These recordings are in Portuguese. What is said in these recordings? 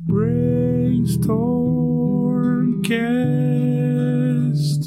Brainstormcast.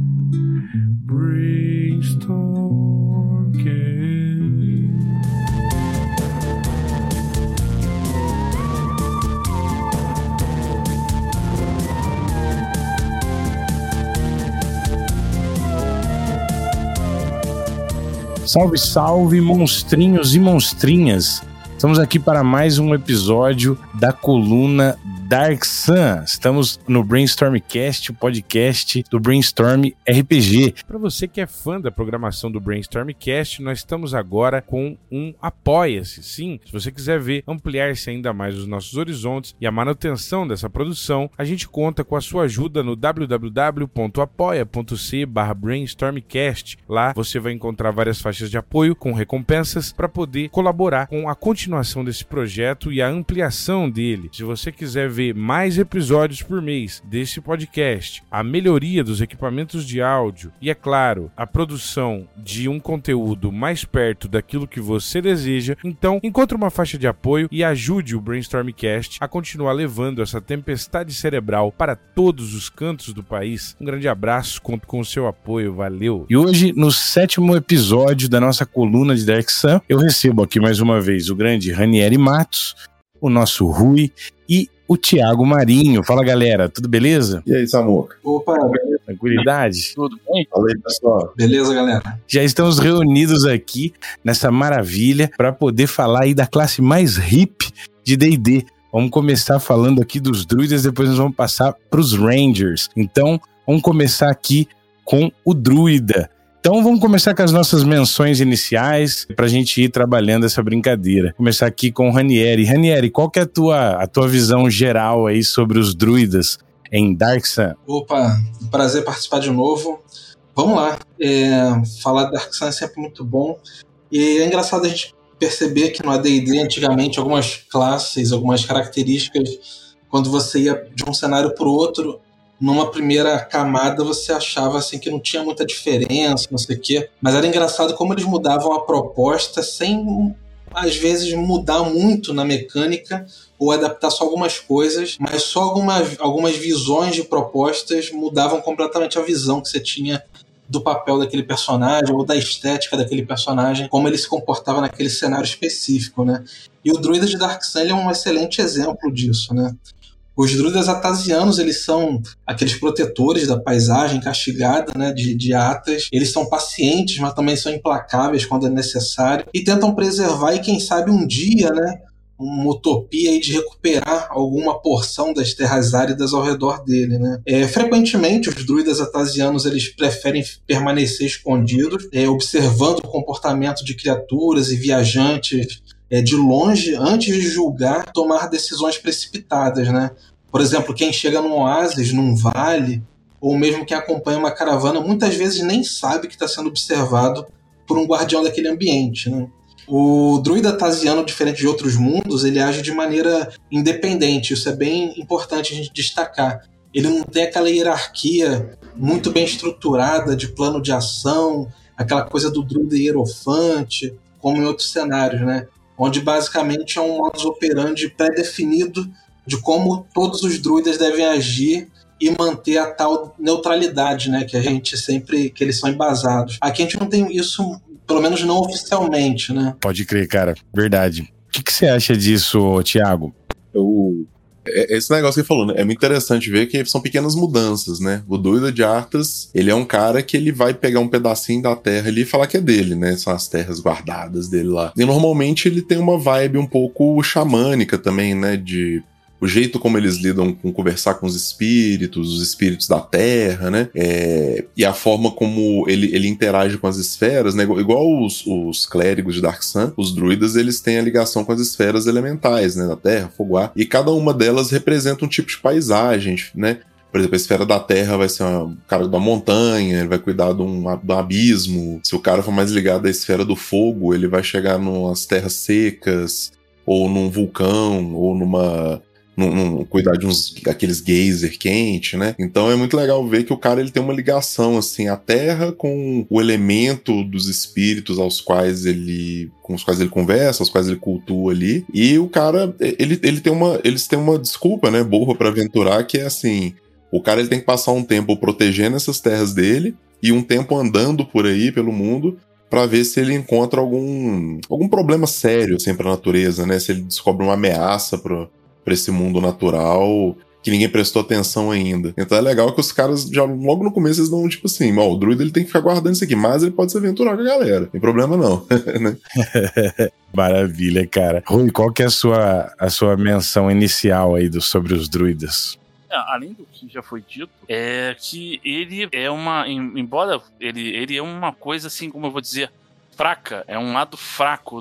Salve, salve, monstrinhos e monstrinhas! Estamos aqui para mais um episódio da coluna Dark Sun. Estamos no Brainstormcast, o podcast do Brainstorm RPG. Para você que é fã da programação do Brainstormcast, nós estamos agora com um Apoia-se. Sim, se você quiser ver ampliar-se ainda mais os nossos horizontes e a manutenção dessa produção, a gente conta com a sua ajuda no www.apoia.se/brainstormcast. Lá você vai encontrar várias faixas de apoio com recompensas para poder colaborar com a continuação desse projeto e a ampliação dele. Se você quiser ver mais episódios por mês desse podcast, a melhoria dos equipamentos de áudio e, é claro, a produção de um conteúdo mais perto daquilo que você deseja, então encontre uma faixa de apoio e ajude o Brainstormcast a continuar levando essa tempestade cerebral para todos os cantos do país. Um grande abraço, conto com o seu apoio, valeu! E hoje, no 7º episódio da nossa coluna de Dark Sun, eu recebo aqui mais uma vez o grande Ranieri Matos, o nosso Rui e o Thiago Marinho. Fala, galera, tudo beleza? E aí, Samuca? Opa, beleza? Tranquilidade? Tudo bem? Fala aí, pessoal. Beleza, galera? Já estamos reunidos aqui nessa maravilha para poder falar aí da classe mais hip de D&D. Vamos começar falando aqui dos druidas, depois nós vamos passar para os rangers. Então, vamos começar aqui com o druida. Então vamos começar com as nossas menções iniciais para a gente ir trabalhando essa brincadeira. Começar aqui com o Ranieri. Ranieri, qual que é a tua visão geral aí sobre os druidas em Dark Sun? Opa, prazer participar de novo. Vamos lá. Falar de Dark Sun é sempre muito bom. E é engraçado a gente perceber que no AD&D antigamente algumas classes, algumas características, quando você ia de um cenário para o outro, numa primeira camada você achava assim que não tinha muita diferença, não sei o quê. Mas era engraçado como eles mudavam a proposta sem, às vezes, mudar muito na mecânica ou adaptar só algumas coisas, mas só algumas visões de propostas mudavam completamente a visão que você tinha do papel daquele personagem ou da estética daquele personagem, como ele se comportava naquele cenário específico, né? E o Druida de Dark Sun é um excelente exemplo disso, né? Os druidas atasianos, eles são aqueles protetores da paisagem castigada, né, de Atas. Eles são pacientes, mas também são implacáveis quando é necessário. E tentam preservar e, quem sabe, um dia, né, uma utopia aí de recuperar alguma porção das terras áridas ao redor dele, né? Frequentemente, os druidas atasianos, eles preferem permanecer escondidos, observando o comportamento de criaturas e viajantes de longe, antes de julgar, tomar decisões precipitadas, né? Por exemplo, quem chega num oásis, num vale, ou mesmo quem acompanha uma caravana, muitas vezes nem sabe que está sendo observado por um guardião daquele ambiente, né? O druida atasiano, diferente de outros mundos, ele age de maneira independente. Isso é bem importante a gente destacar. Ele não tem aquela hierarquia muito bem estruturada de plano de ação, aquela coisa do druida hierofante, como em outros cenários, né? Onde basicamente é um modus operandi pré-definido de como todos os druidas devem agir e manter a tal neutralidade, né, que a gente sempre, que eles são embasados. Aqui a gente não tem isso, pelo menos não oficialmente, né? Pode crer, cara, verdade. O que você acha disso, Thiago? Esse negócio que ele falou, né? É muito interessante ver que são pequenas mudanças, né? O Druida de Arthas, ele é um cara que ele vai pegar um pedacinho da terra ali e falar que é dele, né? São as terras guardadas dele lá. E normalmente ele tem uma vibe um pouco xamânica também, né? De o jeito como eles lidam com conversar com os espíritos da terra, né? E a forma como ele interage com as esferas, né? Igual os clérigos de Dark Sun, os druidas, eles têm a ligação com as esferas elementais, né? Da terra, fogo, ar, e cada uma delas representa um tipo de paisagem, né? Por exemplo, a esfera da terra vai ser o cara da montanha, ele vai cuidar do abismo. Se o cara for mais ligado à esfera do fogo, ele vai chegar nas terras secas, ou num vulcão, ou numa cuidar de aqueles geyser quente, né? Então é muito legal ver que o cara ele tem uma ligação, assim, a terra com o elemento dos espíritos com os quais ele conversa, os quais ele cultua ali. E o cara, eles têm uma desculpa, né, boa pra aventurar, que é assim, o cara ele tem que passar um tempo protegendo essas terras dele e um tempo andando por aí, pelo mundo, pra ver se ele encontra algum problema sério, assim, pra natureza, né? Se ele descobre uma ameaça pra esse mundo natural que ninguém prestou atenção ainda. Então é legal que os caras, já logo no começo, eles dão tipo assim, ó, o druida ele tem que ficar guardando isso aqui, mas ele pode se aventurar com a galera. Não tem problema não. Né? Maravilha, cara. Rui, qual que é a sua menção inicial aí sobre os druidas? Além do que já foi dito, é que ele é embora ele é uma coisa assim, como eu vou dizer, fraca, é um lado fraco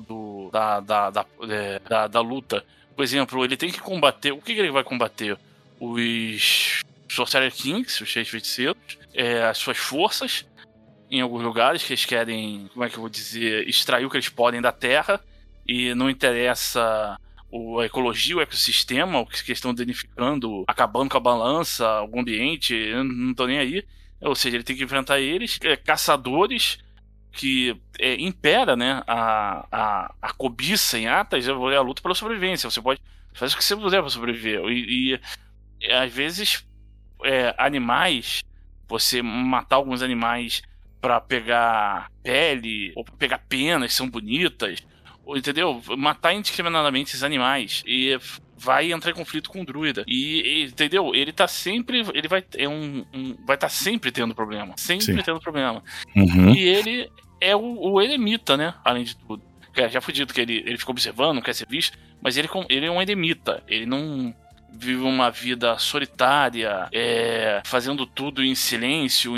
da luta. Por exemplo, ele tem que combater, o que ele vai combater? Os Sorcerer Kings, os Reis Feiticeiros, as suas forças, em alguns lugares, que eles querem, como é que eu vou dizer, extrair o que eles podem da terra, e não interessa a ecologia, o ecossistema, o que eles estão danificando, acabando com a balança, o ambiente, eu não tô nem aí. Ou seja, ele tem que enfrentar eles, caçadores, que impera, né, a cobiça em Atas, a luta pela sobrevivência. Você pode fazer o que você puder para sobreviver. E às vezes, animais, você matar alguns animais para pegar pele, ou para pegar penas que são bonitas, entendeu? Matar indiscriminadamente esses animais e vai entrar em conflito com o druida. Entendeu? Ele tá sempre. Ele vai estar sempre tendo problema. Sempre tendo problema. Uhum. E ele é o eremita, né? Além de tudo. Já foi dito que ele fica observando, não quer ser visto, mas ele é um eremita. Ele não vive uma vida solitária, fazendo tudo em silêncio,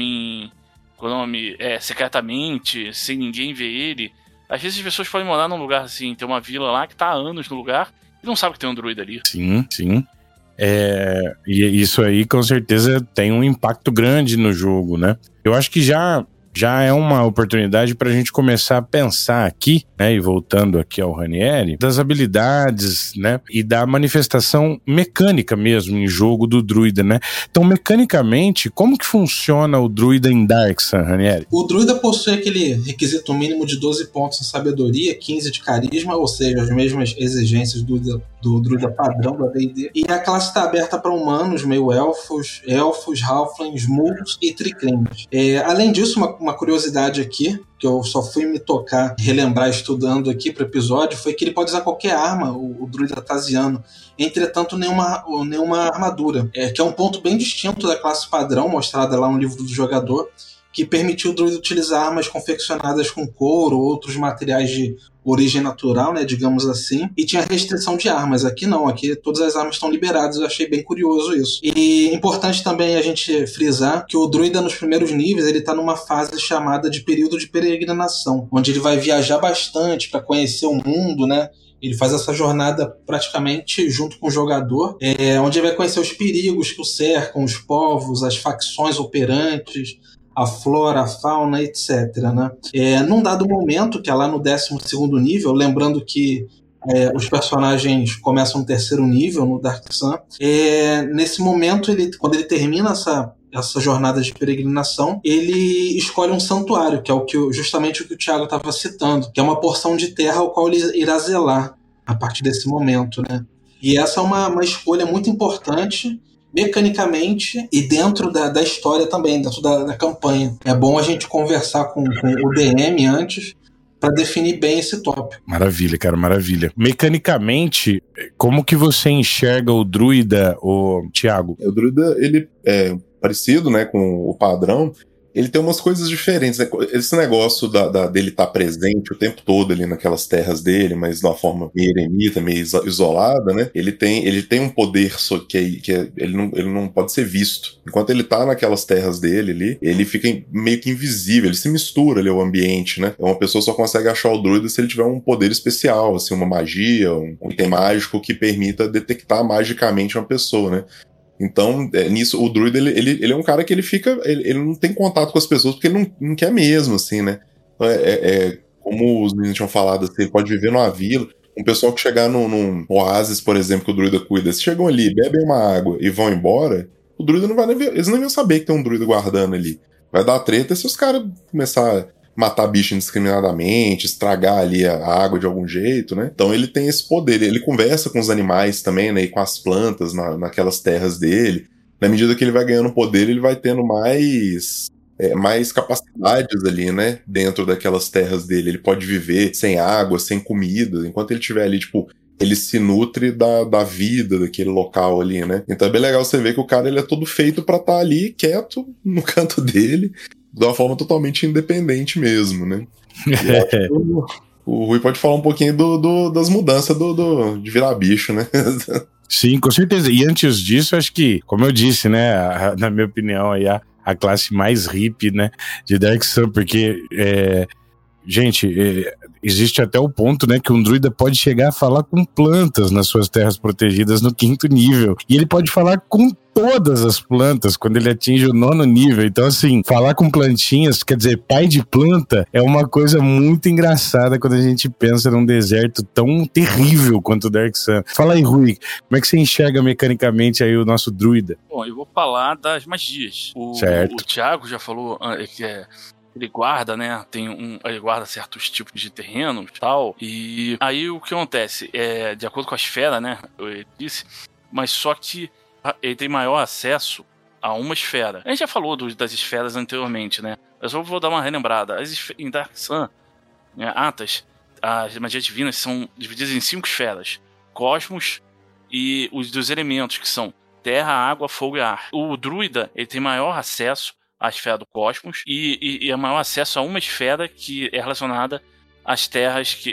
secretamente, sem ninguém ver ele. Às vezes as pessoas podem morar num lugar assim, tem uma vila lá que tá há anos no lugar e não sabe que tem um druida ali. Sim, sim. E isso aí com certeza tem um impacto grande no jogo, né? Eu acho que já é uma oportunidade para a gente começar a pensar aqui, né, e voltando aqui ao Ranieri, das habilidades, né, e da manifestação mecânica mesmo em jogo do druida, né? Então, mecanicamente, como que funciona o druida em Dark Sun, Ranieri? O druida possui aquele requisito mínimo de 12 pontos em sabedoria, 15 de carisma, ou seja, as mesmas exigências do druida padrão do AD&D. E a classe está aberta para humanos, meio-elfos, halflings, muggles e triclins. Além disso, uma curiosidade aqui, que eu só fui me tocar, relembrar estudando aqui para o episódio, foi que ele pode usar qualquer arma, o druida Taziano. Entretanto, nenhuma armadura, que é um ponto bem distinto da classe padrão, mostrada lá no livro do jogador, que permitiu o druida utilizar armas confeccionadas com couro ou outros materiais de origem natural, né, digamos assim, e tinha restrição de armas. Aqui não, aqui todas as armas estão liberadas, eu achei bem curioso isso. E importante também a gente frisar que o druida nos primeiros níveis, ele está numa fase chamada de período de peregrinação, onde ele vai viajar bastante para conhecer o mundo, né. Ele faz essa jornada praticamente junto com o jogador, onde ele vai conhecer os perigos que o cercam, os povos, as facções operantes, a flora, a fauna, etc. Né? Num dado momento, que é lá no 12º nível, lembrando que os personagens começam no 3º nível, no Dark Sun, nesse momento, quando ele termina essa jornada de peregrinação, ele escolhe um santuário, que é justamente o que o Thiago estava citando, que é uma porção de terra ao qual ele irá zelar a partir desse momento. Né? E essa é uma escolha muito importante, mecanicamente e dentro da história também, dentro da campanha. É bom a gente conversar com o DM antes para definir bem esse tópico. Maravilha, cara, maravilha. Mecanicamente, como que você enxerga o druida, Thiago? O druida, ele é parecido, né, com o padrão. Ele tem umas coisas diferentes, né? Esse negócio dele estar presente o tempo todo ali naquelas terras dele, mas de uma forma meio eremita, meio isolada, né? Ele tem um poder ele não pode ser visto. Enquanto ele tá naquelas terras dele ali, ele fica meio que invisível, ele se mistura ali ao ambiente, né? Uma pessoa só consegue achar o druida se ele tiver um poder especial, assim, uma magia, um item mágico que permita detectar magicamente uma pessoa, né? Então, nisso, o druida, ele é um cara que ele não tem contato com as pessoas porque ele não quer mesmo, assim, né? Como os meninos tinham falado, assim, ele pode viver numa vila. Um pessoal que chegar num oásis, por exemplo, que o druida cuida, se chegam ali, bebem uma água e vão embora, o druida não vai nem ver, eles nem vão saber que tem um druida guardando ali. Vai dar treta se os caras começarem a matar bicho indiscriminadamente, estragar ali a água de algum jeito, né? Então ele tem esse poder, ele conversa com os animais também, né? E com as plantas naquelas terras dele. Na medida que ele vai ganhando poder, ele vai tendo mais capacidades ali, né? Dentro daquelas terras dele. Ele pode viver sem água, sem comida. Enquanto ele estiver ali, tipo, ele se nutre da vida daquele local ali, né? Então é bem legal você ver que o cara, ele é todo feito pra estar ali, quieto, no canto dele, de uma forma totalmente independente mesmo, né? O Rui pode falar um pouquinho das mudanças de virar bicho, né? Sim, com certeza. E antes disso, acho que, como eu disse, né, na minha opinião, aí a classe mais hippie, né, de Dark Sun, porque, existe até o ponto, né, que um druida pode chegar a falar com plantas nas suas terras protegidas no 5º nível. E ele pode falar com todas as plantas quando ele atinge o 9º nível. Então, assim, falar com plantinhas, quer dizer, pai de planta, é uma coisa muito engraçada quando a gente pensa num deserto tão terrível quanto o Dark Sun. Fala aí, Rui, como é que você enxerga mecanicamente aí o nosso druida? Bom, eu vou falar das magias. O Thiago já falou que ele guarda, né? Ele guarda certos tipos de terreno e tal. E aí o que acontece? De acordo com a esfera, né? Eu disse, mas só que ele tem maior acesso a uma esfera. A gente já falou das esferas anteriormente, né? Eu só vou dar uma relembrada. Em Dark Sun, né, Atas, as magias divinas são divididas em 5 esferas: cosmos e os dos elementos, que são terra, água, fogo e ar. O druida, ele tem maior acesso à esfera do cosmos e maior acesso a uma esfera que é relacionada às terras que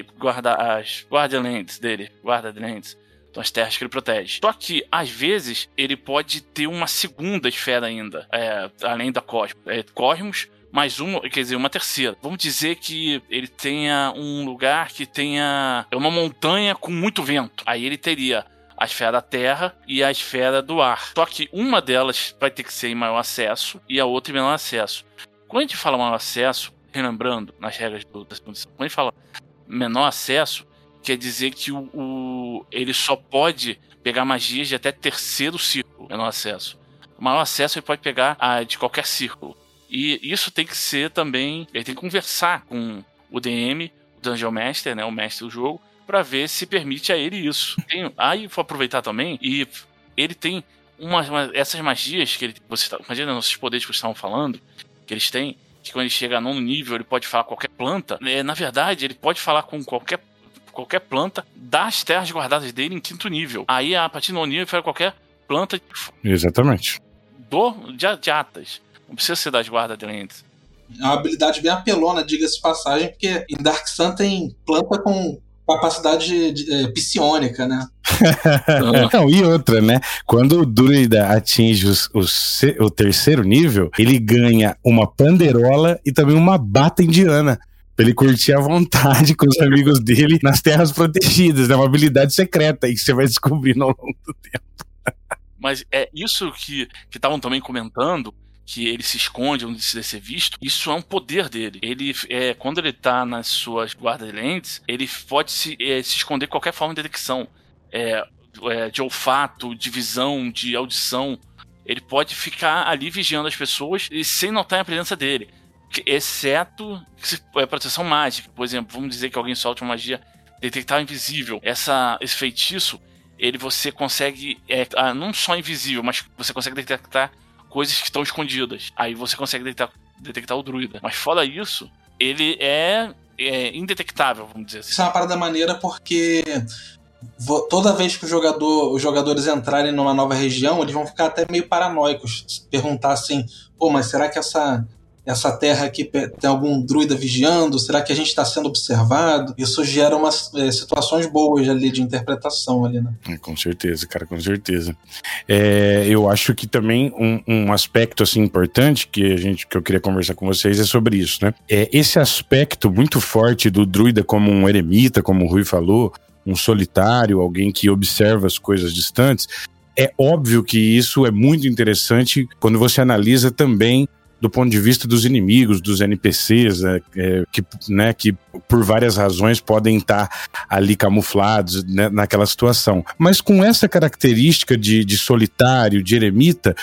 as Guardianlands dele, Guardianlands. Então, as terras que ele protege. Só que, às vezes, ele pode ter uma segunda esfera ainda, além da Cosmos. Cosmos, mais uma, quer dizer, uma terceira. Vamos dizer que ele tenha um lugar que tenha uma montanha com muito vento. Aí ele teria a esfera da terra e a esfera do ar. Só que uma delas vai ter que ser em maior acesso e a outra em menor acesso. Quando a gente fala maior acesso, relembrando nas regras da exposição, quando a gente fala menor acesso, quer dizer que ele só pode pegar magias de até 3º círculo, menor acesso. O maior acesso ele pode pegar de qualquer círculo. E isso tem que ser também... Ele tem que conversar com o DM, o Dungeon Master, né, o mestre do jogo, para ver se permite a ele isso. Aí vou aproveitar também, e ele tem essas magias que imagina esses poderes que vocês estavam falando, que eles têm, que quando ele chega a 9º nível ele pode falar com qualquer planta. Na verdade, ele pode falar com qualquer planta das terras guardadas dele em 5º nível. Aí, a partir do 9º nível, ele fala qualquer planta. Exatamente. De Atas. Não precisa ser das Guardianlands. É uma habilidade bem apelona, diga-se de passagem, porque em Dark Sun tem planta com capacidade psiônica, né? Não, e outra, né? Quando o druida atinge o 3º nível, ele ganha uma panderola e também uma bata indiana. Pra ele curtir à vontade com os amigos dele nas terras protegidas. É uma habilidade secreta aí que você vai descobrindo ao longo do tempo. Mas é isso que estavam também comentando, que ele se esconde onde precisa ser visto. Isso é um poder dele. Ele, quando ele tá nas suas guarda-lentes, ele pode se esconder de qualquer forma de detecção. De olfato, de visão, de audição. Ele pode ficar ali vigiando as pessoas e sem notar a presença dele. Exceto proteção mágica. Por exemplo, vamos dizer que alguém solta uma magia detectar invisível. Esse feitiço, você consegue não só invisível, mas você consegue detectar coisas que estão escondidas. Aí você consegue detectar o druida. Mas fora isso, ele é indetectável, vamos dizer assim. Isso é uma parada maneira porque toda vez que os jogadores entrarem numa nova região, eles vão ficar até meio paranoicos. Perguntar assim, mas será que essa terra aqui tem algum druida vigiando? Será que a gente está sendo observado? Isso gera umas situações boas ali de interpretação ali, né? Com certeza, cara, com certeza. Eu acho que também um aspecto assim importante que eu queria conversar com vocês é sobre isso, né? Esse aspecto muito forte do druida como um eremita, como o Rui falou, um solitário, alguém que observa as coisas distantes. É óbvio que isso é muito interessante quando você analisa também do ponto de vista dos inimigos, dos NPCs, que por várias razões podem estar ali camuflados, né, naquela situação. Mas com essa característica de solitário, de eremita,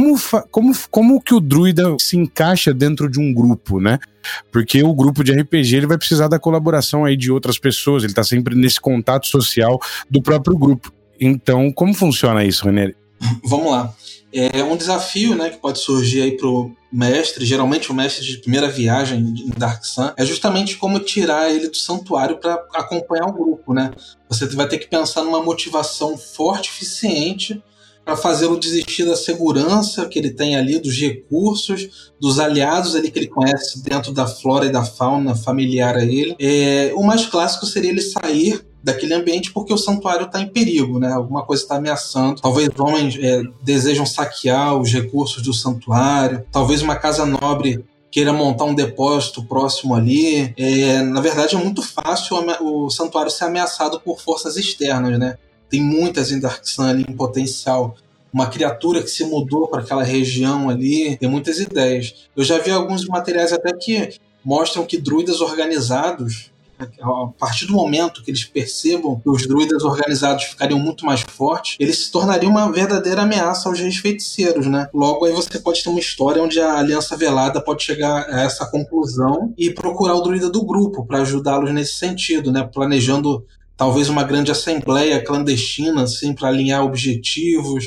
como que o druida se encaixa dentro de um grupo, né? Porque o grupo de RPG ele vai precisar da colaboração aí de outras pessoas, ele está sempre nesse contato social do próprio grupo. Então, como funciona isso, René? Vamos lá. É um desafio, né, que pode surgir aí pro mestre, geralmente o mestre de primeira viagem em Dark Sun, é justamente como tirar ele do santuário para acompanhar o grupo, né? Você vai ter que pensar numa motivação forte, eficiente, para fazê-lo desistir da segurança que ele tem ali, dos recursos, dos aliados ali que ele conhece dentro da flora e da fauna familiar a ele. O mais clássico seria ele sair daquele ambiente porque o santuário está em perigo, né? Alguma coisa está ameaçando. Talvez homens desejam saquear os recursos do santuário, talvez uma casa nobre queira montar um depósito próximo ali. Na verdade, é muito fácil o santuário ser ameaçado por forças externas, né? Tem muitas em Dark Sun ali em potencial. Uma criatura que se mudou para aquela região ali. Tem muitas ideias. Eu já vi alguns materiais até que mostram que druidas organizados, a partir do momento que eles percebam que os druidas organizados ficariam muito mais fortes, eles se tornariam uma verdadeira ameaça aos reis feiticeiros, né? Logo aí você pode ter uma história onde a Aliança Velada pode chegar a essa conclusão e procurar o druida do grupo para ajudá-los nesse sentido, né? Planejando talvez uma grande assembleia clandestina, assim, para alinhar objetivos,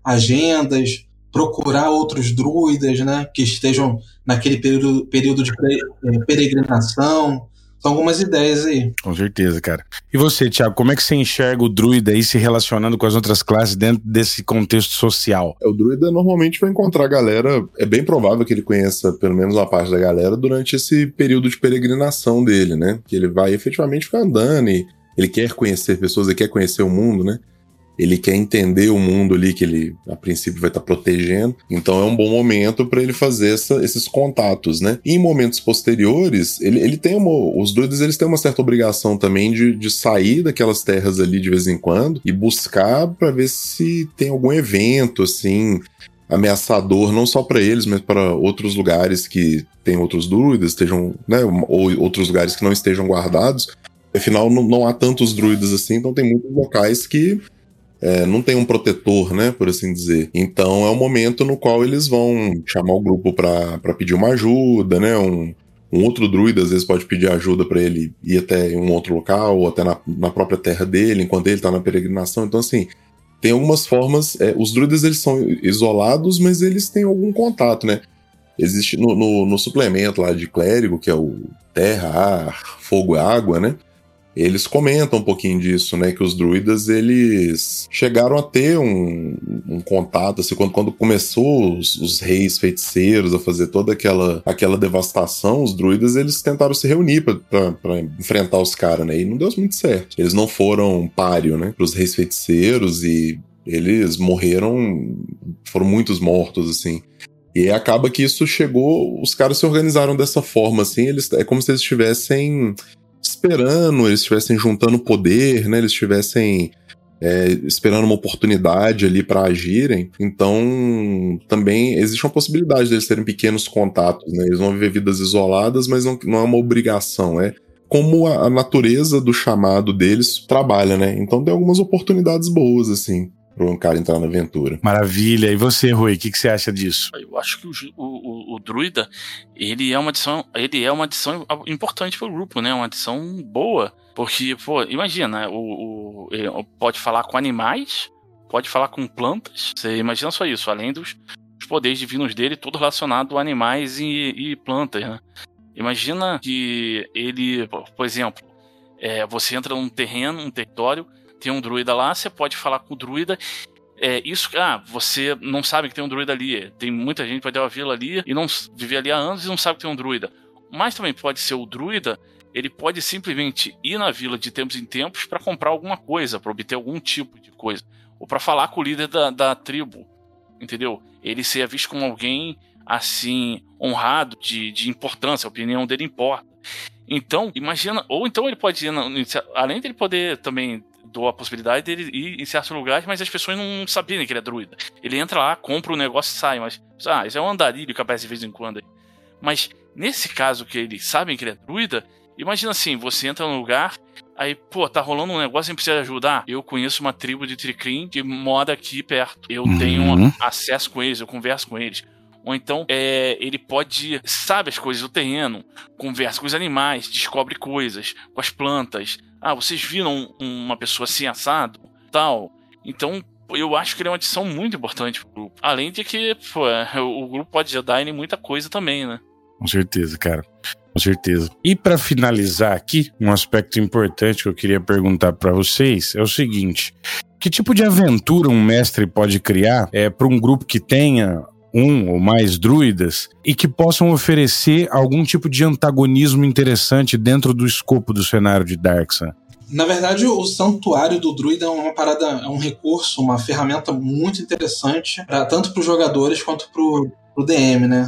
agendas, procurar outros druidas, né? Que estejam naquele período de peregrinação. São algumas ideias aí. Com certeza, cara. E você, Thiago, como é que você enxerga o druida aí se relacionando com as outras classes dentro desse contexto social? O druida normalmente vai encontrar a galera, é bem provável que ele conheça pelo menos uma parte da galera durante esse período de peregrinação dele, né? Que ele vai efetivamente ficar andando e ele quer conhecer pessoas, ele quer conhecer o mundo, né? Ele quer entender o mundo ali que ele, a princípio, vai estar protegendo. Então é um bom momento para ele fazer esses contatos, né? E em momentos posteriores, ele tem os druidas eles têm uma certa obrigação também de sair daquelas terras ali de vez em quando e buscar para ver se tem algum evento, assim, ameaçador, não só para eles, mas para outros lugares que tem outros druidas, estejam, né? Ou outros lugares que não estejam guardados. Afinal, não há tantos druidas assim, então tem muitos locais que não tem um protetor, né, por assim dizer. Então é um momento no qual eles vão chamar o grupo para pedir uma ajuda, né, um outro druida às vezes pode pedir ajuda para ele ir até um outro local, ou até na própria terra dele, enquanto ele tá na peregrinação. Então assim, tem algumas formas, os druidas eles são isolados, mas eles têm algum contato, né. Existe no suplemento lá de clérigo, que é o terra, ar, fogo e água, né, eles comentam um pouquinho disso, né? Que os druidas, eles chegaram a ter um contato, assim, quando começou os reis feiticeiros a fazer toda aquela devastação, os druidas, eles tentaram se reunir pra enfrentar os caras, né? E não deu muito certo. Eles não foram páreo, né? Pros reis feiticeiros e eles morreram, foram muitos mortos, assim. E acaba que isso chegou, os caras se organizaram dessa forma, assim, é como se eles estivessem esperando, eles estivessem juntando poder, né? Eles estivessem esperando uma oportunidade ali para agirem. Então, também existe uma possibilidade deles terem pequenos contatos, né? Eles vão viver vidas isoladas, mas não é uma obrigação, é como a natureza do chamado deles trabalha, né? Então tem algumas oportunidades boas, assim, para um cara entrar na aventura. Maravilha. E você, Rui, o que você acha disso? Eu acho que o druida, ele é uma adição importante pro grupo, né? Uma adição boa. Porque, pô, imagina, ele pode falar com animais, pode falar com plantas. Você imagina só isso, além dos poderes divinos dele, tudo relacionado a animais e plantas, né? Imagina que ele, por exemplo, você entra num terreno, um território, tem um druida lá, você pode falar com o druida. Você não sabe que tem um druida ali. Tem muita gente que vai ter uma vila ali e não vive ali há anos e não sabe que tem um druida. Mas também pode ser o druida, ele pode simplesmente ir na vila de tempos em tempos para comprar alguma coisa, para obter algum tipo de coisa. Ou para falar com o líder da tribo, entendeu? Ele ser visto como alguém, assim, honrado, de importância, a opinião dele importa. Então, imagina, ou então ele pode ir, além dele poder também dou a possibilidade dele ir em certos lugares, mas as pessoas não saberem que ele é druida. Ele entra lá, compra o negócio e sai, mas isso é um andarilho que aparece de vez em quando aí. Mas nesse caso que eles sabem que ele é druida, imagina assim, você entra num lugar, aí, tá rolando um negócio e precisa ajudar. Eu conheço uma tribo de Tricrim que mora aqui perto. Eu tenho acesso com eles, eu converso com eles. Ou então, ele sabe as coisas do terreno, conversa com os animais, descobre coisas com as plantas. Vocês viram uma pessoa assim assado? Tal. Então, eu acho que ele é uma adição muito importante pro grupo. Além de que, o grupo pode ajudar ele em muita coisa também, né? Com certeza, cara. Com certeza. E para finalizar aqui, um aspecto importante que eu queria perguntar para vocês é o seguinte: que tipo de aventura um mestre pode criar para um grupo que tenha um ou mais druidas e que possam oferecer algum tipo de antagonismo interessante dentro do escopo do cenário de Dark Sun? Na verdade, o santuário do druida é uma parada, é um recurso, uma ferramenta muito interessante, tanto para os jogadores quanto para o DM, né?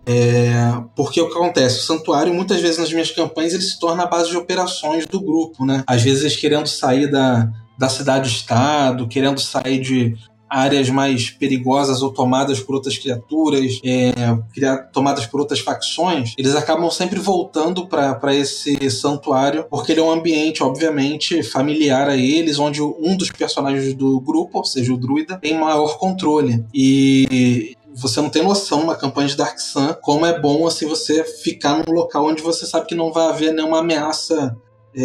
Porque o que acontece? O santuário, muitas vezes nas minhas campanhas, ele se torna a base de operações do grupo, né? Às vezes querendo sair da cidade-estado, querendo sair de áreas mais perigosas ou tomadas por outras criaturas, tomadas por outras facções, eles acabam sempre voltando para esse santuário, porque ele é um ambiente, obviamente, familiar a eles, onde um dos personagens do grupo, ou seja, o druida, tem maior controle. E você não tem noção, na campanha de Dark Sun, como é bom assim, você ficar num local onde você sabe que não vai haver nenhuma ameaça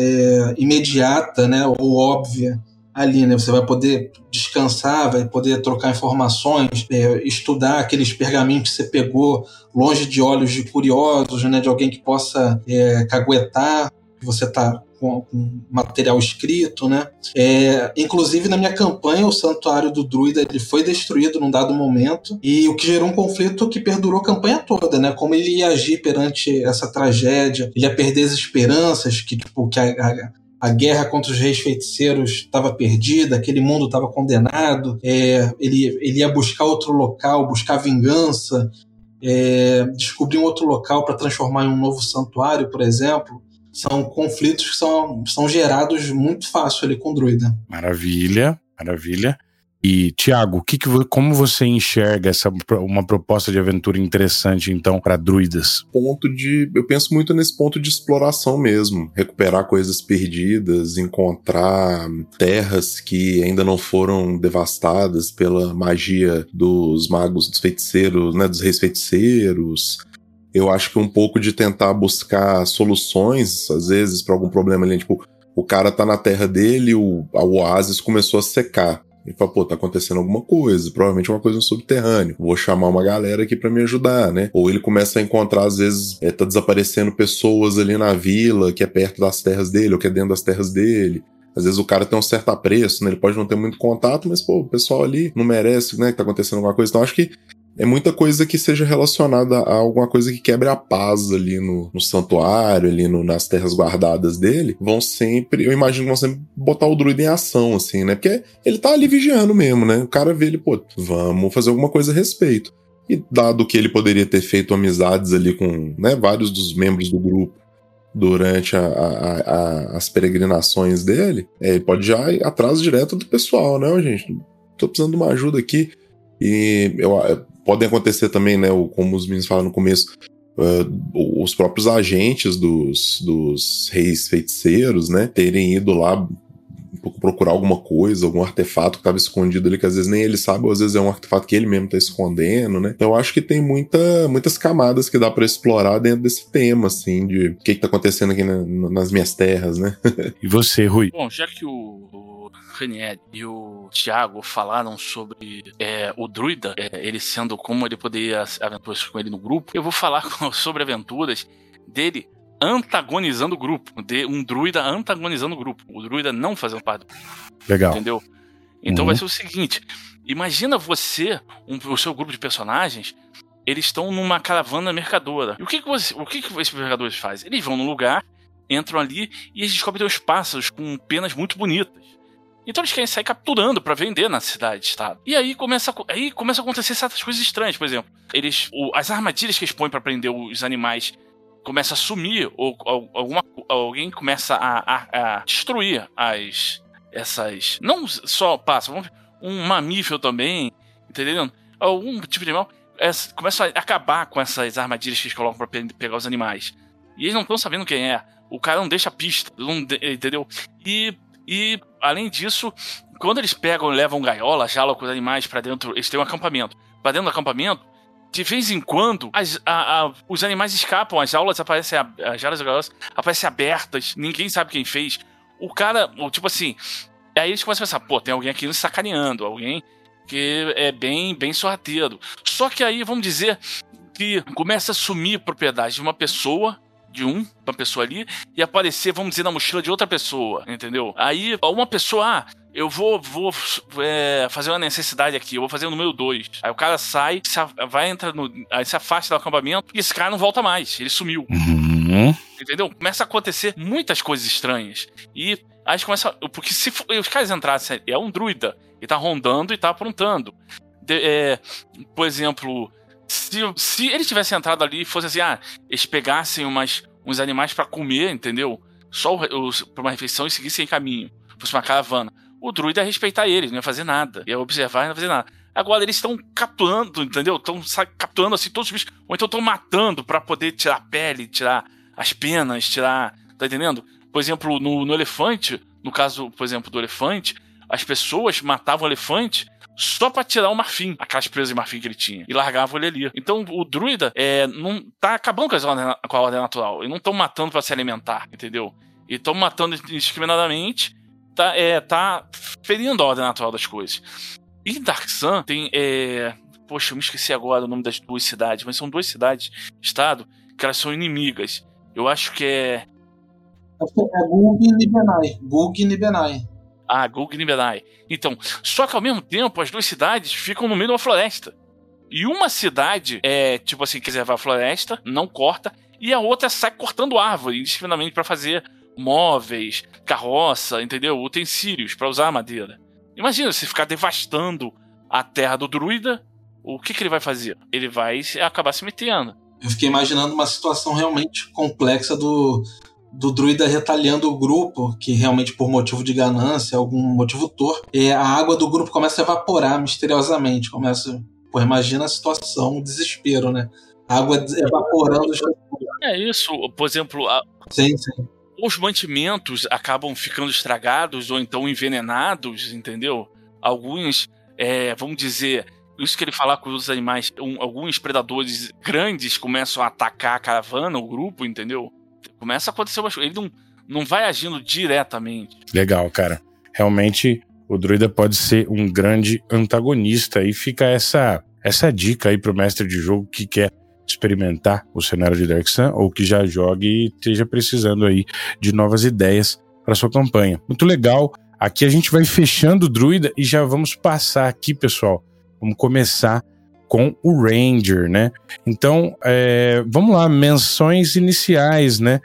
imediata, né, ou óbvia ali, né? Você vai poder descansar, vai poder trocar informações, estudar aqueles pergaminhos que você pegou longe de olhos de curiosos, né? De alguém que possa caguetar que você está com material escrito, né? Inclusive, na minha campanha, o santuário do druida ele foi destruído num dado momento, e o que gerou um conflito que perdurou a campanha toda, né? Como ele ia agir perante essa tragédia, ele ia perder as esperanças, que a guerra contra os reis feiticeiros estava perdida, aquele mundo estava condenado, ele ia buscar outro local, buscar vingança, descobrir um outro local para transformar em um novo santuário, por exemplo. São conflitos que são gerados muito fácil ali com o druida. Maravilha, maravilha. E, Thiago, como você enxerga uma proposta de aventura interessante, então, para druidas? Eu penso muito nesse ponto de exploração mesmo. Recuperar coisas perdidas, encontrar terras que ainda não foram devastadas pela magia dos magos, dos feiticeiros, né, dos reis feiticeiros. Eu acho que um pouco de tentar buscar soluções, às vezes, para algum problema ali. Tipo, o cara tá na terra dele, a oásis começou a secar. Ele fala, tá acontecendo alguma coisa, provavelmente uma coisa no subterrâneo. Vou chamar uma galera aqui pra me ajudar, né? Ou ele começa a encontrar, às vezes, tá desaparecendo pessoas ali na vila, que é perto das terras dele, ou que é dentro das terras dele. Às vezes o cara tem um certo apreço, né? Ele pode não ter muito contato, mas, o pessoal ali não merece, né? Que tá acontecendo alguma coisa. Então, acho que é muita coisa que seja relacionada a alguma coisa que quebre a paz ali no santuário, ali nas terras guardadas dele. Eu imagino que vão sempre botar o druida em ação, assim, né? Porque ele tá ali vigiando mesmo, né? O cara vê ele, vamos fazer alguma coisa a respeito. E dado que ele poderia ter feito amizades ali com, né, vários dos membros do grupo durante as peregrinações dele, ele pode já ir atrás direto do pessoal, né, gente? Tô precisando de uma ajuda aqui. E podem acontecer também, né, como os meninos falaram no começo, os próprios agentes dos reis feiticeiros, né, terem ido lá procurar alguma coisa, algum artefato que estava escondido ali, que às vezes nem ele sabe, ou às vezes é um artefato que ele mesmo está escondendo, né? Então eu acho que tem muitas camadas que dá para explorar dentro desse tema, assim, de o que tá acontecendo aqui nas minhas terras, né? E você, Rui? Bom, já que o Ranieri e o Thiago falaram sobre o druida, ele sendo como ele poderia aventuras com ele no grupo, eu vou falar sobre aventuras dele antagonizando o grupo, de um druida antagonizando o grupo, o druida não fazendo parte do grupo. Legal. Entendeu? Então vai ser o seguinte, imagina você, o seu grupo de personagens, eles estão numa caravana mercadora. E o que esses mercadores fazem? Eles vão num lugar, entram ali e eles descobrem os pássaros com penas muito bonitas. Então eles querem sair capturando pra vender na cidade-estado. E aí começa a acontecer certas coisas estranhas. Por exemplo, as armadilhas que eles põem pra prender os animais começam a sumir, ou alguém começa a destruir essas... Não só pássaro, um mamífero também, entendeu? Algum tipo de animal, começa a acabar com essas armadilhas que eles colocam pra pegar os animais. E eles não estão sabendo quem é. O cara não deixa pista, entendeu? E além disso, quando eles pegam e levam gaiola, jaula com os animais pra dentro, eles têm um acampamento. Pra dentro do acampamento, de vez em quando, os animais escapam, as jaulas aparecem, as jaulas e gaiolas aparecem abertas, ninguém sabe quem fez. O cara, tipo assim, aí eles começam a pensar, pô, tem alguém aqui nos sacaneando, alguém que é bem sorrateiro. Só que aí, vamos dizer, que começa a sumir propriedade de uma pessoa ali, e aparecer, vamos dizer, na mochila de outra pessoa, entendeu? Aí, uma pessoa, eu vou fazer uma necessidade aqui, eu vou fazer o número 2. Aí o cara sai, aí se afasta do acampamento, e esse cara não volta mais, ele sumiu. Entendeu? Começa a acontecer muitas coisas estranhas. E aí começa. Porque se os caras entrassem, é um druida, ele tá rondando e tá aprontando. Por exemplo, se ele tivesse entrado ali e fosse assim, eles pegassem uns animais pra comer, entendeu? Só pra uma refeição e seguissem em caminho. Fosse uma caravana. O druida ia respeitar eles, não ia fazer nada. Ia observar e não ia fazer nada. Agora eles estão capturando, entendeu? Estão capturando assim todos os bichos. Ou então estão matando pra poder tirar a pele, tirar as penas, tirar... Tá entendendo? Por exemplo, no elefante, no caso, por exemplo, do elefante, as pessoas matavam o elefante só pra tirar o marfim, aquelas presas de marfim que ele tinha, e largavam ele ali. Então o druida não tá acabando com a ordem natural. Eles não estão matando pra se alimentar, entendeu? E estão matando indiscriminadamente, tá ferindo a ordem natural das coisas. E em Dark Sun tem... Poxa, eu me esqueci agora o nome das 2 cidades, mas são 2 cidades-estado que elas são inimigas. Eu acho que é Gug e Nibenai. Gug e Nibenai. Então, só que ao mesmo tempo, as 2 cidades ficam no meio de uma floresta. E uma cidade tipo assim, preservar a floresta, não corta, e a outra sai cortando árvore indiscriminadamente para fazer móveis, carroça, entendeu? Utensílios para usar a madeira. Imagina se ficar devastando a terra do druida, o que ele vai fazer? Ele vai acabar se metendo. Eu fiquei imaginando uma situação realmente complexa do druida retalhando o grupo, que realmente por motivo de ganância, algum motivo torto, a água do grupo começa a evaporar misteriosamente. Imagina a situação, o desespero, né? A água evaporando. É isso, por exemplo... Sim. Os mantimentos acabam ficando estragados ou então envenenados, entendeu? Alguns, vamos dizer... Isso que ele falar com os animais, alguns predadores grandes começam a atacar a caravana, o grupo, entendeu? Começa a acontecer uma coisa. Ele não vai agindo diretamente. Legal, cara. Realmente, o druida pode ser um grande antagonista. E fica essa dica aí pro mestre de jogo que quer experimentar o cenário de Dark Sun ou que já jogue e esteja precisando aí de novas ideias para sua campanha. Muito legal. Aqui a gente vai fechando o druida e já vamos passar aqui, pessoal. Vamos começar com o Ranger, né? Então, vamos lá, menções iniciais, né?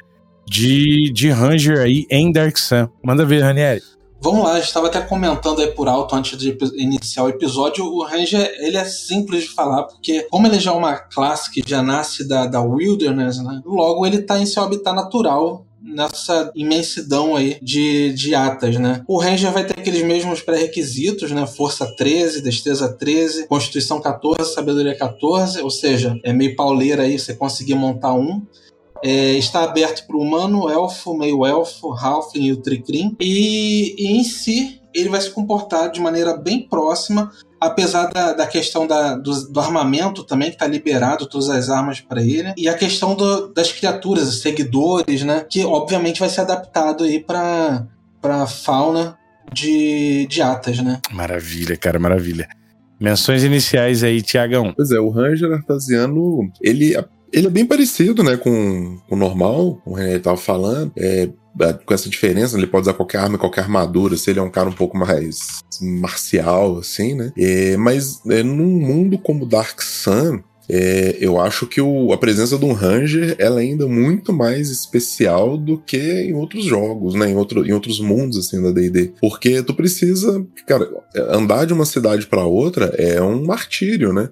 De Ranger aí em Dark Sun. Manda ver, Ranieri. Vamos lá, a gente estava até comentando aí por alto antes de iniciar o episódio. O Ranger, ele é simples de falar, porque como ele já é uma classe que já nasce da Wilderness, né? Logo ele está em seu habitat natural, nessa imensidão aí de atas, né? O Ranger vai ter aqueles mesmos pré-requisitos, né? Força 13, destreza 13, Constituição 14, Sabedoria 14, ou seja, é meio pauleira aí você conseguir montar um. Está aberto para o humano, elfo, meio-elfo, halfling e o tricrim. E em si, ele vai se comportar de maneira bem próxima, apesar da questão do armamento também, que está liberado todas as armas para ele. E a questão das criaturas, seguidores, né? Que obviamente vai ser adaptado aí para a fauna de Atas, né? Maravilha, cara, maravilha. Menções iniciais aí, Tiagão. Pois o Ranger Artasiano, ele é bem parecido, né, com o normal, como o René estava falando, com essa diferença, ele pode usar qualquer arma, qualquer armadura, se ele é um cara um pouco mais marcial, assim, né, mas num mundo como Dark Sun, eu acho que a presença de um Ranger, ela é ainda muito mais especial do que em outros jogos, né, em outros mundos, assim, da D&D, porque tu precisa, cara, andar de uma cidade para outra é um martírio, né.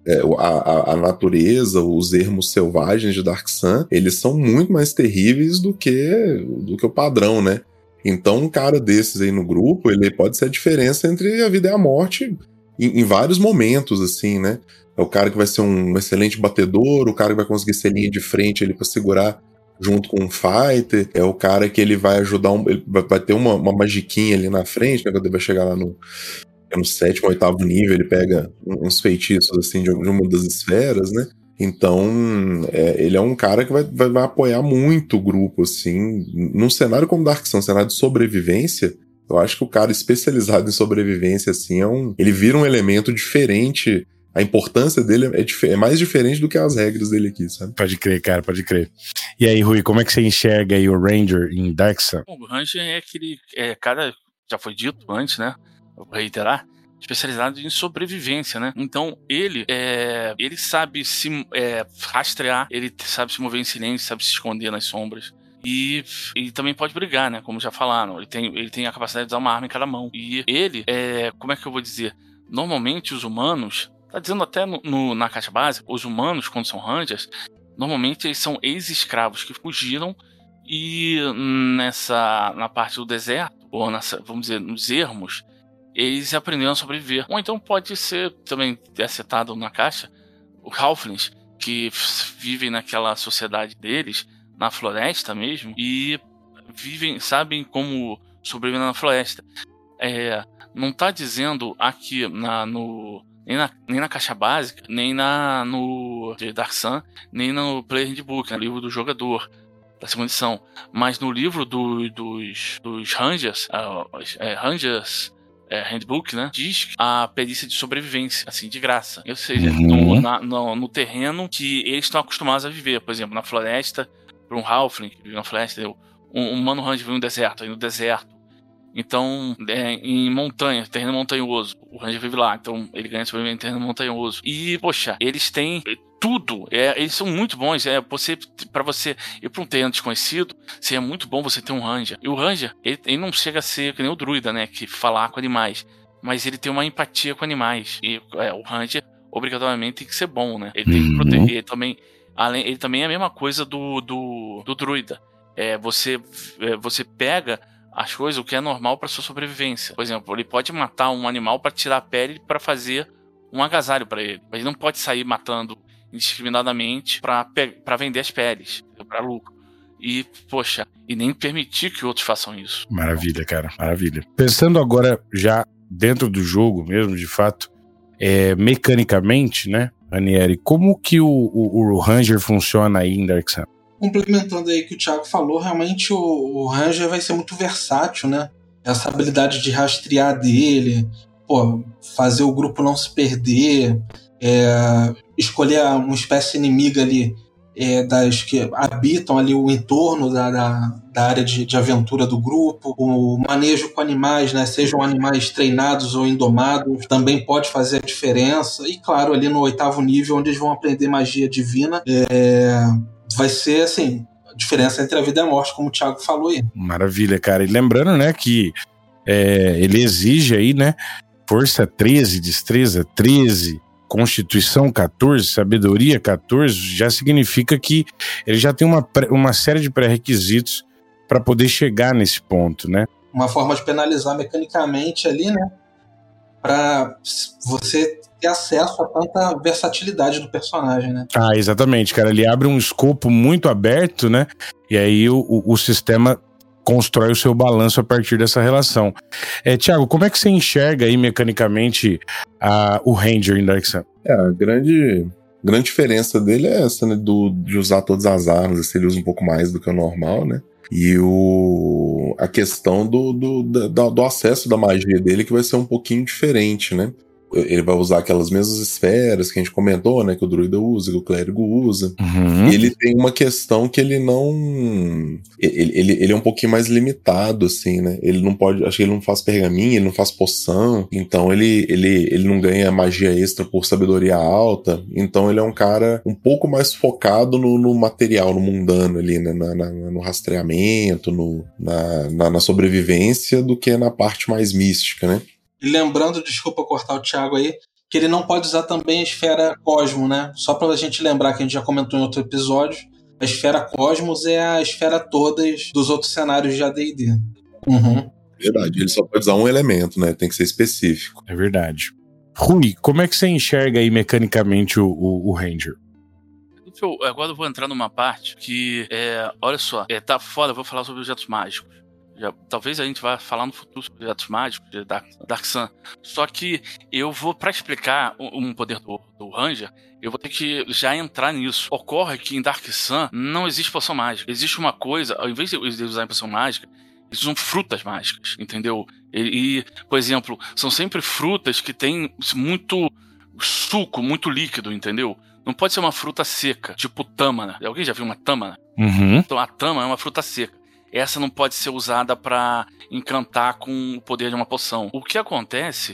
A natureza, os ermos selvagens de Dark Sun, eles são muito mais terríveis do que o padrão, né? Então um cara desses aí no grupo, ele pode ser a diferença entre a vida e a morte em vários momentos, assim, né? É o cara que vai ser um excelente batedor, o cara que vai conseguir ser linha de frente ali pra segurar junto com um fighter, é o cara que ele vai ajudar, ele vai ter uma magiquinha ali na frente, né? Quando ele vai chegar lá no 7º, 8º nível, ele pega uns feitiços assim de uma das esferas, né? Então, ele é um cara que vai apoiar muito o grupo, assim. Num cenário como Dark Sun, cenário de sobrevivência, eu acho que o cara especializado em sobrevivência, assim, ele vira um elemento diferente. A importância dele é mais diferente do que as regras dele aqui, sabe? Pode crer, cara, pode crer. E aí, Rui, como é que você enxerga aí o Ranger em Dark Sun? O Ranger é aquele cara, já foi dito antes, né? Vou reiterar, especializado em sobrevivência, né? Então, ele sabe se rastrear, ele sabe se mover em silêncio, sabe se esconder nas sombras. E ele também pode brigar, né? Como já falaram, ele tem a capacidade de usar uma arma em cada mão. E ele, como é que eu vou dizer? Normalmente, os humanos, tá dizendo até na caixa básica, os humanos, quando são Rangers, normalmente eles são ex-escravos que fugiram e na parte do deserto, ou vamos dizer, nos ermos, eles aprenderam a sobreviver. Ou então pode ser, também citado na caixa, os Halflings, que vivem naquela sociedade deles, na floresta mesmo, e sabem como sobreviver na floresta. Não tá dizendo aqui nem na caixa básica, nem no Dark Sun, nem no Player Handbook, no livro do jogador da segunda edição, mas no livro dos Rangers, Rangers Handbook, né, diz a perícia de sobrevivência, assim, de graça. Ou seja, no terreno que eles estão acostumados a viver. Por exemplo, na floresta, para um Halfling que vive na floresta, um humano Ranger vive no deserto, aí no deserto. Então, em montanha, terreno montanhoso, o Ranger vive lá, então ele ganha sobrevivência em terreno montanhoso. E, poxa, eles têm tudo, eles são muito bons. Pra você ir pra um terreno desconhecido, seria muito bom você ter um Ranger. E o Ranger, ele não chega a ser que nem o druida, né, que falar com animais, mas ele tem uma empatia com animais. E o Ranger, obrigatoriamente, tem que ser bom, né? Ele tem que proteger. Ele também é a mesma coisa do druida. Você pega as coisas, o que é normal para sua sobrevivência. Por exemplo, ele pode matar um animal para tirar a pele para fazer um agasalho para ele. Mas ele não pode sair matando indiscriminadamente para vender as peles, para lucro. E, poxa, e nem permitir que outros façam isso. Maravilha, cara, maravilha. Pensando agora já dentro do jogo mesmo, de fato, mecanicamente, né, Ranieri, como que o Ranger funciona aí em Dark Sun? Complementando aí o que o Thiago falou, realmente o Ranger vai ser muito versátil, né? Essa habilidade de rastrear dele, fazer o grupo não se perder, escolher uma espécie inimiga ali, das que habitam ali o entorno da área de aventura do grupo, o manejo com animais, né? Sejam animais treinados ou indomados, também pode fazer a diferença. E claro, ali no 8º nível, onde eles vão aprender magia divina, vai ser, assim, a diferença entre a vida e a morte, como o Thiago falou aí. Maravilha, cara. E lembrando, né, que ele exige aí, né, força 13, destreza 13, constituição 14, sabedoria 14, já significa que ele já tem uma série de pré-requisitos para poder chegar nesse ponto, né? Uma forma de penalizar mecanicamente ali, né, para você ter acesso a tanta versatilidade do personagem, né? Ah, exatamente, cara. Ele abre um escopo muito aberto, né? E aí o sistema constrói o seu balanço a partir dessa relação. Thiago, como é que você enxerga aí mecanicamente o Ranger em Dark Sun? A grande diferença dele é essa, né? De usar todas as armas. Assim, ele usa um pouco mais do que o normal, né? E a questão do acesso da magia dele que vai ser um pouquinho diferente, né? Ele vai usar aquelas mesmas esferas que a gente comentou, né? Que o druida usa, que o clérigo usa. Uhum. E ele tem uma questão que ele não... Ele é um pouquinho mais limitado, assim, né? Ele não pode... Acho que ele não faz pergaminho, ele não faz poção. Então ele não ganha magia extra por sabedoria alta. Então ele é um cara um pouco mais focado no material, no mundano ali, né? No rastreamento, na sobrevivência, do que na parte mais mística, né? E lembrando, desculpa cortar o Thiago aí, que ele não pode usar também a esfera Cosmo, né? Só pra gente lembrar que a gente já comentou em outro episódio, a esfera Cosmos é a esfera todas dos outros cenários de AD&D. Uhum. Verdade, ele só pode usar um elemento, né? Tem que ser específico. É verdade. Rui, como é que você enxerga aí mecanicamente o Ranger? Agora eu vou entrar numa parte que, olha só, tá foda, eu vou falar sobre objetos mágicos. Talvez a gente vá falar no futuro sobre objetos mágicos de Dark Sun. Só que eu vou, pra explicar um poder do Ranger, eu vou ter que já entrar nisso. Ocorre que em Dark Sun não existe poção mágica. Existe uma coisa, ao invés de usar poção mágica, eles usam frutas mágicas, entendeu? E, por exemplo, são sempre frutas que têm muito suco, muito líquido, entendeu? Não pode ser uma fruta seca, tipo tâmara. Alguém já viu uma tâmara? Uhum. Então a tâmara é uma fruta seca. Essa não pode ser usada pra encantar com o poder de uma poção. O que acontece,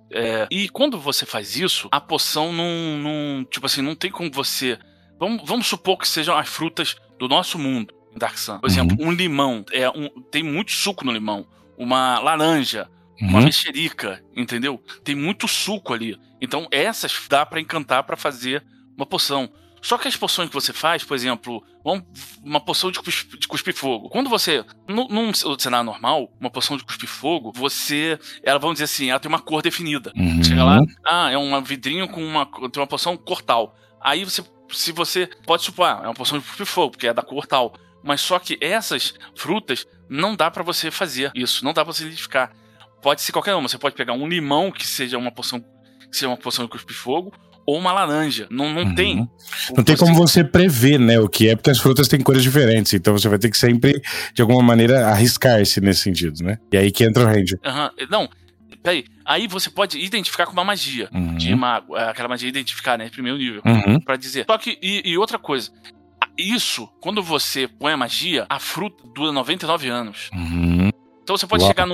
e quando você faz isso, a poção não tipo assim, não tem como você... Vamos supor que sejam as frutas do nosso mundo, em Dark Sun. Por exemplo, um limão, tem muito suco no limão. Uma laranja, uma mexerica, entendeu? Tem muito suco ali. Então essas dá pra encantar pra fazer uma poção. Só que as poções que você faz, por exemplo, uma poção de cuspir fogo. Quando você, num cenário normal, uma poção de cuspir fogo, ela, vamos dizer assim, ela tem uma cor definida. Chega lá, é um vidrinho tem uma poção cor tal. Aí se você pode supor, é uma poção de cuspir fogo, porque é da cor tal. Mas só que essas frutas, não dá pra você fazer isso, não dá pra você identificar. Pode ser qualquer uma, você pode pegar um limão, que seja uma poção de cuspir fogo, ou uma laranja. Não tem. Não tem como você prever, né, o que é, porque as frutas têm cores diferentes, então você vai ter que sempre, de alguma maneira, arriscar-se nesse sentido, né? E aí que entra o Ranger. Não, peraí. Aí você pode identificar com uma magia de mago, aquela magia de identificar, né, primeiro nível, pra dizer. Só que, e outra coisa, isso, quando você põe a magia, a fruta dura 99 anos. Então você pode chegar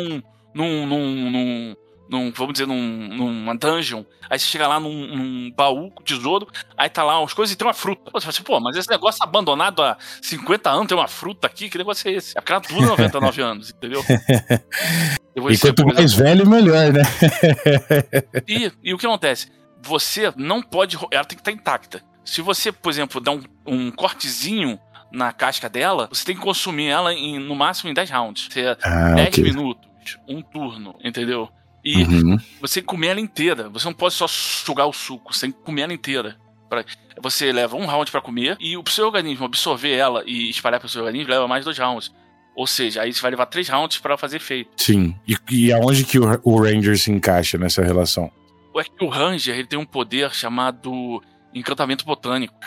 vamos dizer, numa dungeon, aí você chega lá num baú com tesouro, aí tá lá as coisas e tem uma fruta. Você fala assim, mas esse negócio abandonado há 50 anos, tem uma fruta aqui, que negócio é esse? A cara dura 99 anos, entendeu? E quanto mais velho, melhor, né? E o que acontece? Você não pode... Ela tem que estar intacta. Se você, por exemplo, dá um cortezinho na casca dela, você tem que consumir ela no máximo em 10 rounds. 10 minutos, um turno, entendeu? E você comer ela inteira. Você não pode só sugar o suco, você tem que comer ela inteira. Você leva um round pra comer e o seu organismo absorver ela e espalhar pro seu organismo leva mais 2 rounds. Ou seja, aí você vai levar 3 rounds pra fazer efeito. Sim. E aonde que o Ranger se encaixa nessa relação? É que o Ranger ele tem um poder chamado encantamento botânico.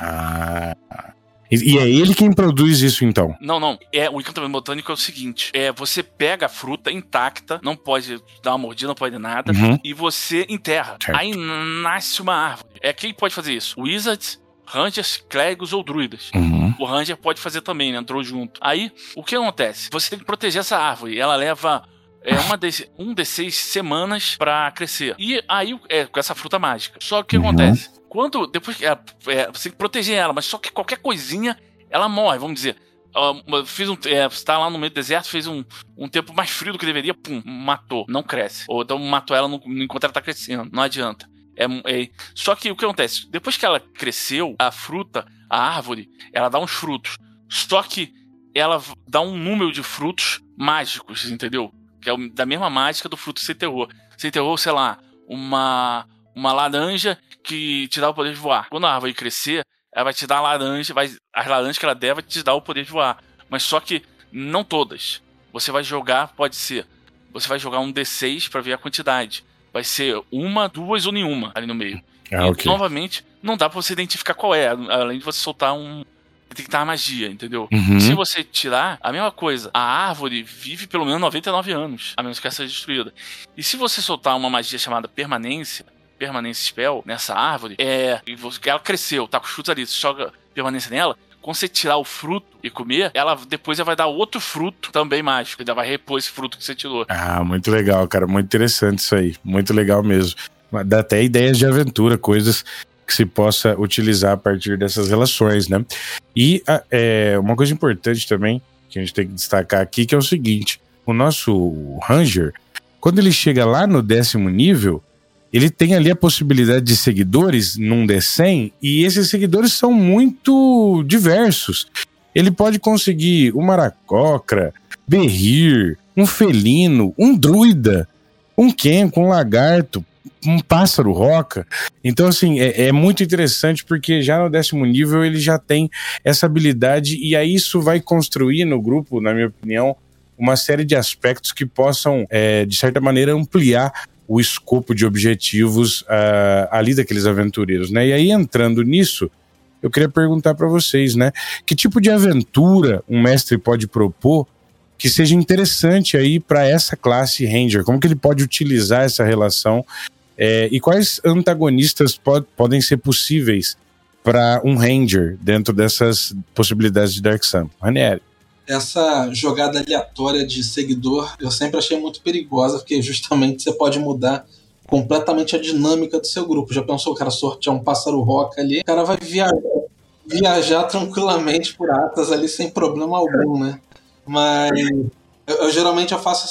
E é ele quem produz isso, então? Não. O encantamento botânico é o seguinte. Você pega a fruta intacta, não pode dar uma mordida, não pode nada, e você enterra. Certo. Aí nasce uma árvore. Quem pode fazer isso? Wizards, Rangers, clérigos ou druidas. O Ranger pode fazer também, né? Entrou junto. Aí, o que acontece? Você tem que proteger essa árvore. Ela leva... um D6 semanas pra crescer. E aí, com essa fruta mágica. Só que o que acontece? Depois que você tem que proteger ela, mas só que qualquer coisinha, ela morre, vamos dizer. Você tá lá no meio do deserto, fez um tempo mais frio do que deveria, pum, matou, não cresce. Ou então matou ela enquanto ela tá crescendo, não adianta. Só que o que acontece? Depois que ela cresceu, a fruta, a árvore, ela dá uns frutos. Só que ela dá um número de frutos mágicos, entendeu? Que é da mesma mágica do fruto sem terror. Sem terror, sei lá, uma laranja que te dá o poder de voar. Quando a árvore crescer, ela vai te dar as laranjas que ela der vai te dar o poder de voar. Mas só que não todas. Você vai jogar, você vai jogar um D6 pra ver a quantidade. Vai ser 1, 2 ou nenhuma ali no meio. Okay. Novamente, não dá pra você identificar qual é, além de você soltar tem que dar magia, entendeu? Se você tirar, a mesma coisa. A árvore vive pelo menos 99 anos, a menos que ela seja destruída. E se você soltar uma magia chamada permanência spell nessa árvore, ela cresceu, tá com os frutos ali, você joga permanência nela, quando você tirar o fruto e comer, depois ela vai dar outro fruto também mágico, ela vai repor esse fruto que você tirou. Muito legal, cara, muito interessante isso aí, muito legal mesmo. Dá até ideias de aventura, coisas que se possa utilizar a partir dessas relações, né? E uma coisa importante também, que a gente tem que destacar aqui, que é o seguinte, o nosso Ranger, quando ele chega lá no 10º nível, ele tem ali a possibilidade de seguidores num D100, e esses seguidores são muito diversos. Ele pode conseguir o Maracocra, Berrir, um felino, um druida, um Kenko, um lagarto, um pássaro roca. Então, assim, é muito interessante porque já no 10º nível ele já tem essa habilidade e aí isso vai construir no grupo, na minha opinião, uma série de aspectos que possam, de certa maneira, ampliar o escopo de objetivos ali daqueles aventureiros, né? E aí, entrando nisso, eu queria perguntar para vocês, né? Que tipo de aventura um mestre pode propor que seja interessante aí para essa classe Ranger? Como que ele pode utilizar essa relação? E quais antagonistas podem ser possíveis para um Ranger dentro dessas possibilidades de Dark Sun? Ranieri. Essa jogada aleatória de seguidor eu sempre achei muito perigosa, porque justamente você pode mudar completamente a dinâmica do seu grupo. Já pensou o cara sortear um pássaro roca ali? O cara vai viajar tranquilamente por Atas ali sem problema algum, né? Mas eu geralmente eu faço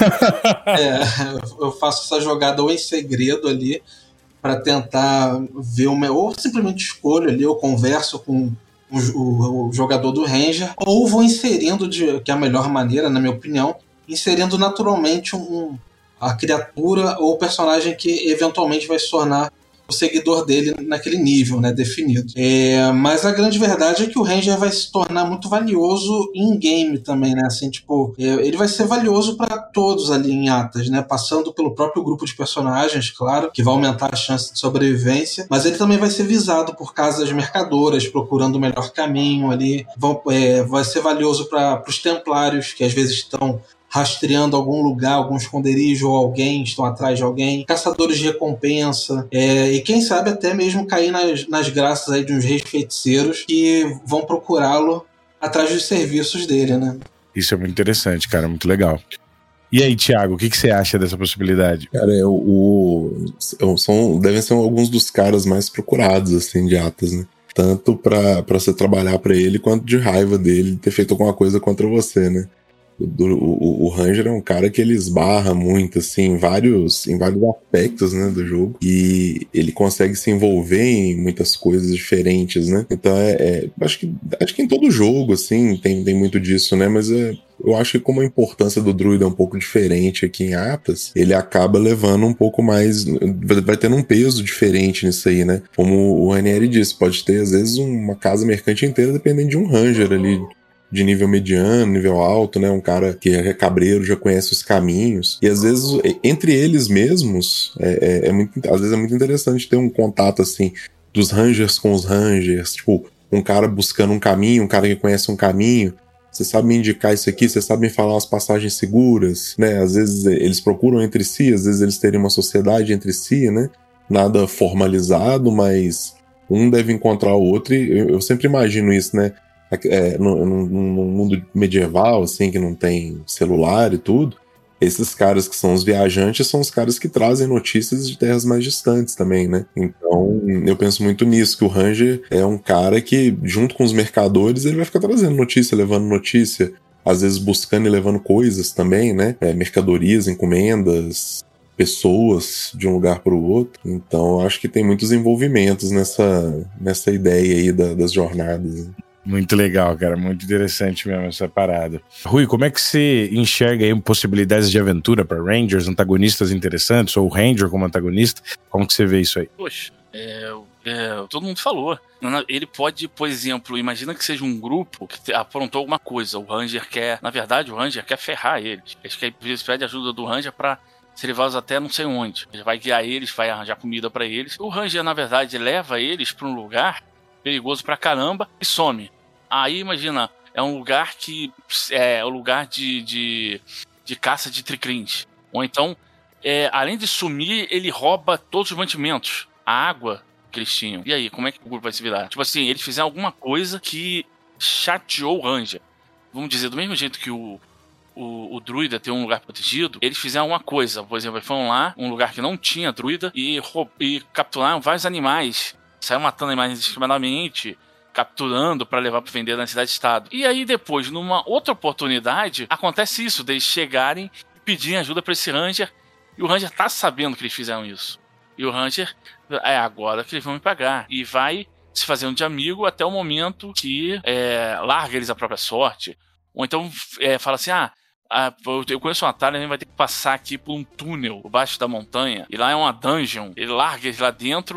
essa jogada ou em segredo ali para tentar ver ou simplesmente escolho ali, eu converso com o jogador do Ranger, ou vou inserindo, que é a melhor maneira, na minha opinião, inserindo naturalmente a criatura ou o personagem que eventualmente vai se tornar o seguidor dele naquele nível, né, definido. Mas a grande verdade é que o Ranger vai se tornar muito valioso in-game também, né, assim, tipo, ele vai ser valioso para todos ali em Atas, né, passando pelo próprio grupo de personagens, claro, que vai aumentar a chance de sobrevivência, mas ele também vai ser visado por casas mercadoras, procurando o melhor caminho ali, vai ser valioso para os templários, que às vezes estão rastreando algum lugar, algum esconderijo ou alguém, estão atrás de alguém, caçadores de recompensa, e quem sabe até mesmo cair nas graças aí de uns reis feiticeiros que vão procurá-lo atrás dos serviços dele, né? Isso é muito interessante, cara, muito legal. E aí, Thiago, o que você acha dessa possibilidade? Cara, devem ser alguns dos caras mais procurados, assim, de Atas, né? Tanto pra você trabalhar pra ele, quanto de raiva dele ter feito alguma coisa contra você, né? O Ranger é um cara que ele esbarra muito, assim, em vários aspectos, né, do jogo, e ele consegue se envolver em muitas coisas diferentes, né? Então acho que em todo jogo, assim, tem muito disso, né? Mas eu acho que como a importância do druida é um pouco diferente aqui em Atas, ele acaba levando um pouco mais, vai tendo um peso diferente nisso aí, né? Como o Ranieri disse, pode ter às vezes uma casa mercante inteira dependendo de um Ranger ali, de nível mediano, nível alto, né? Um cara que é cabreiro, já conhece os caminhos. E às vezes, entre eles mesmos, às vezes é muito interessante ter um contato, assim, dos Rangers com os Rangers. Tipo, um cara buscando um caminho, um cara que conhece um caminho. Você sabe me indicar isso aqui? Você sabe me falar umas passagens seguras, né? Às vezes eles procuram entre si, às vezes eles terem uma sociedade entre si, né? Nada formalizado, mas um deve encontrar o outro. E eu sempre imagino isso, né? Num mundo medieval, assim, que não tem celular e tudo, esses caras que são os viajantes são os caras que trazem notícias de terras mais distantes também, né? Então, eu penso muito nisso, que o Ranger é um cara que, junto com os mercadores, ele vai ficar trazendo notícia, levando notícia, às vezes buscando e levando coisas também, né? Mercadorias, encomendas, pessoas de um lugar para o outro. Então, eu acho que tem muitos envolvimentos nessa ideia aí das jornadas. Muito legal, cara, muito interessante mesmo essa parada. Rui, como é que você enxerga aí possibilidades de aventura para Rangers, antagonistas interessantes, ou o Ranger como antagonista? Como que você vê isso aí? Poxa, todo mundo falou. Ele pode, por exemplo, imagina que seja um grupo que aprontou alguma coisa. O Ranger quer ferrar eles. Eles pedem ajuda do Ranger pra se levá-los até não sei onde. Ele vai guiar eles, vai arranjar comida pra eles. O Ranger, na verdade, leva eles pra um lugar perigoso pra caramba e some. Aí, imagina, é um lugar que é o lugar de caça de tricrins. Ou então, além de sumir, ele rouba todos os mantimentos. A água que eles tinham. E aí, como é que o grupo vai se virar? Tipo assim, eles fizeram alguma coisa que chateou o Ranger. Vamos dizer, do mesmo jeito que o druida tem um lugar protegido, eles fizeram uma coisa. Por exemplo, eles foram lá, um lugar que não tinha druida, e capturaram vários animais. Saiu matando animais indiscriminadamente, capturando para levar para vender na cidade-estado. E aí depois, numa outra oportunidade, acontece isso, deles chegarem e pedirem ajuda para esse Ranger, e o Ranger tá sabendo que eles fizeram isso. E o Ranger, agora que eles vão me pagar. E vai se fazendo de amigo até o momento que larga eles à própria sorte. Ou então fala assim, Eu conheço um atalho, a gente vai ter que passar aqui por um túnel por baixo da montanha, e lá é uma dungeon, ele larga eles lá dentro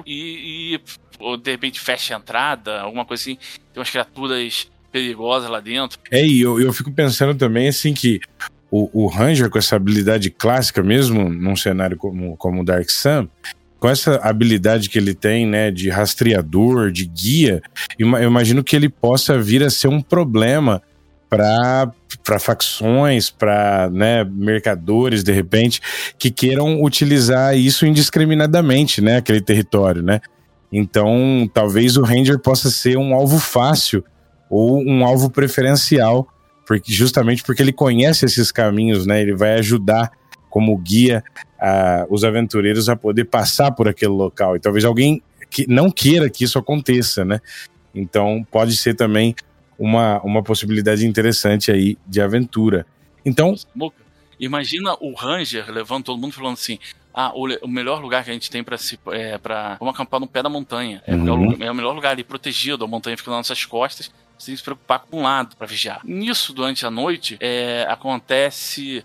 ou de repente fecha a entrada, alguma coisa assim, tem umas criaturas perigosas lá dentro. E eu fico pensando também assim que o Ranger, com essa habilidade clássica mesmo, num cenário como o Dark Sun, com essa habilidade que ele tem, né, de rastreador, de guia, eu imagino que ele possa vir a ser um problema para facções, para, né, mercadores, de repente, que queiram utilizar isso indiscriminadamente, né, aquele território, né? Então, talvez o Ranger possa ser um alvo fácil ou um alvo preferencial, justamente porque ele conhece esses caminhos, né? Ele vai ajudar como guia os aventureiros a poder passar por aquele local. E talvez alguém que não queira que isso aconteça, né? Então, pode ser também uma possibilidade interessante aí de aventura. Então, imagina o Ranger levando todo mundo falando assim: o melhor lugar que a gente tem vamos acampar no pé da montanha. É o melhor lugar ali, protegido, a montanha fica nas nossas costas. Você tem que se preocupar com um lado para vigiar. Nisso, durante a noite, acontece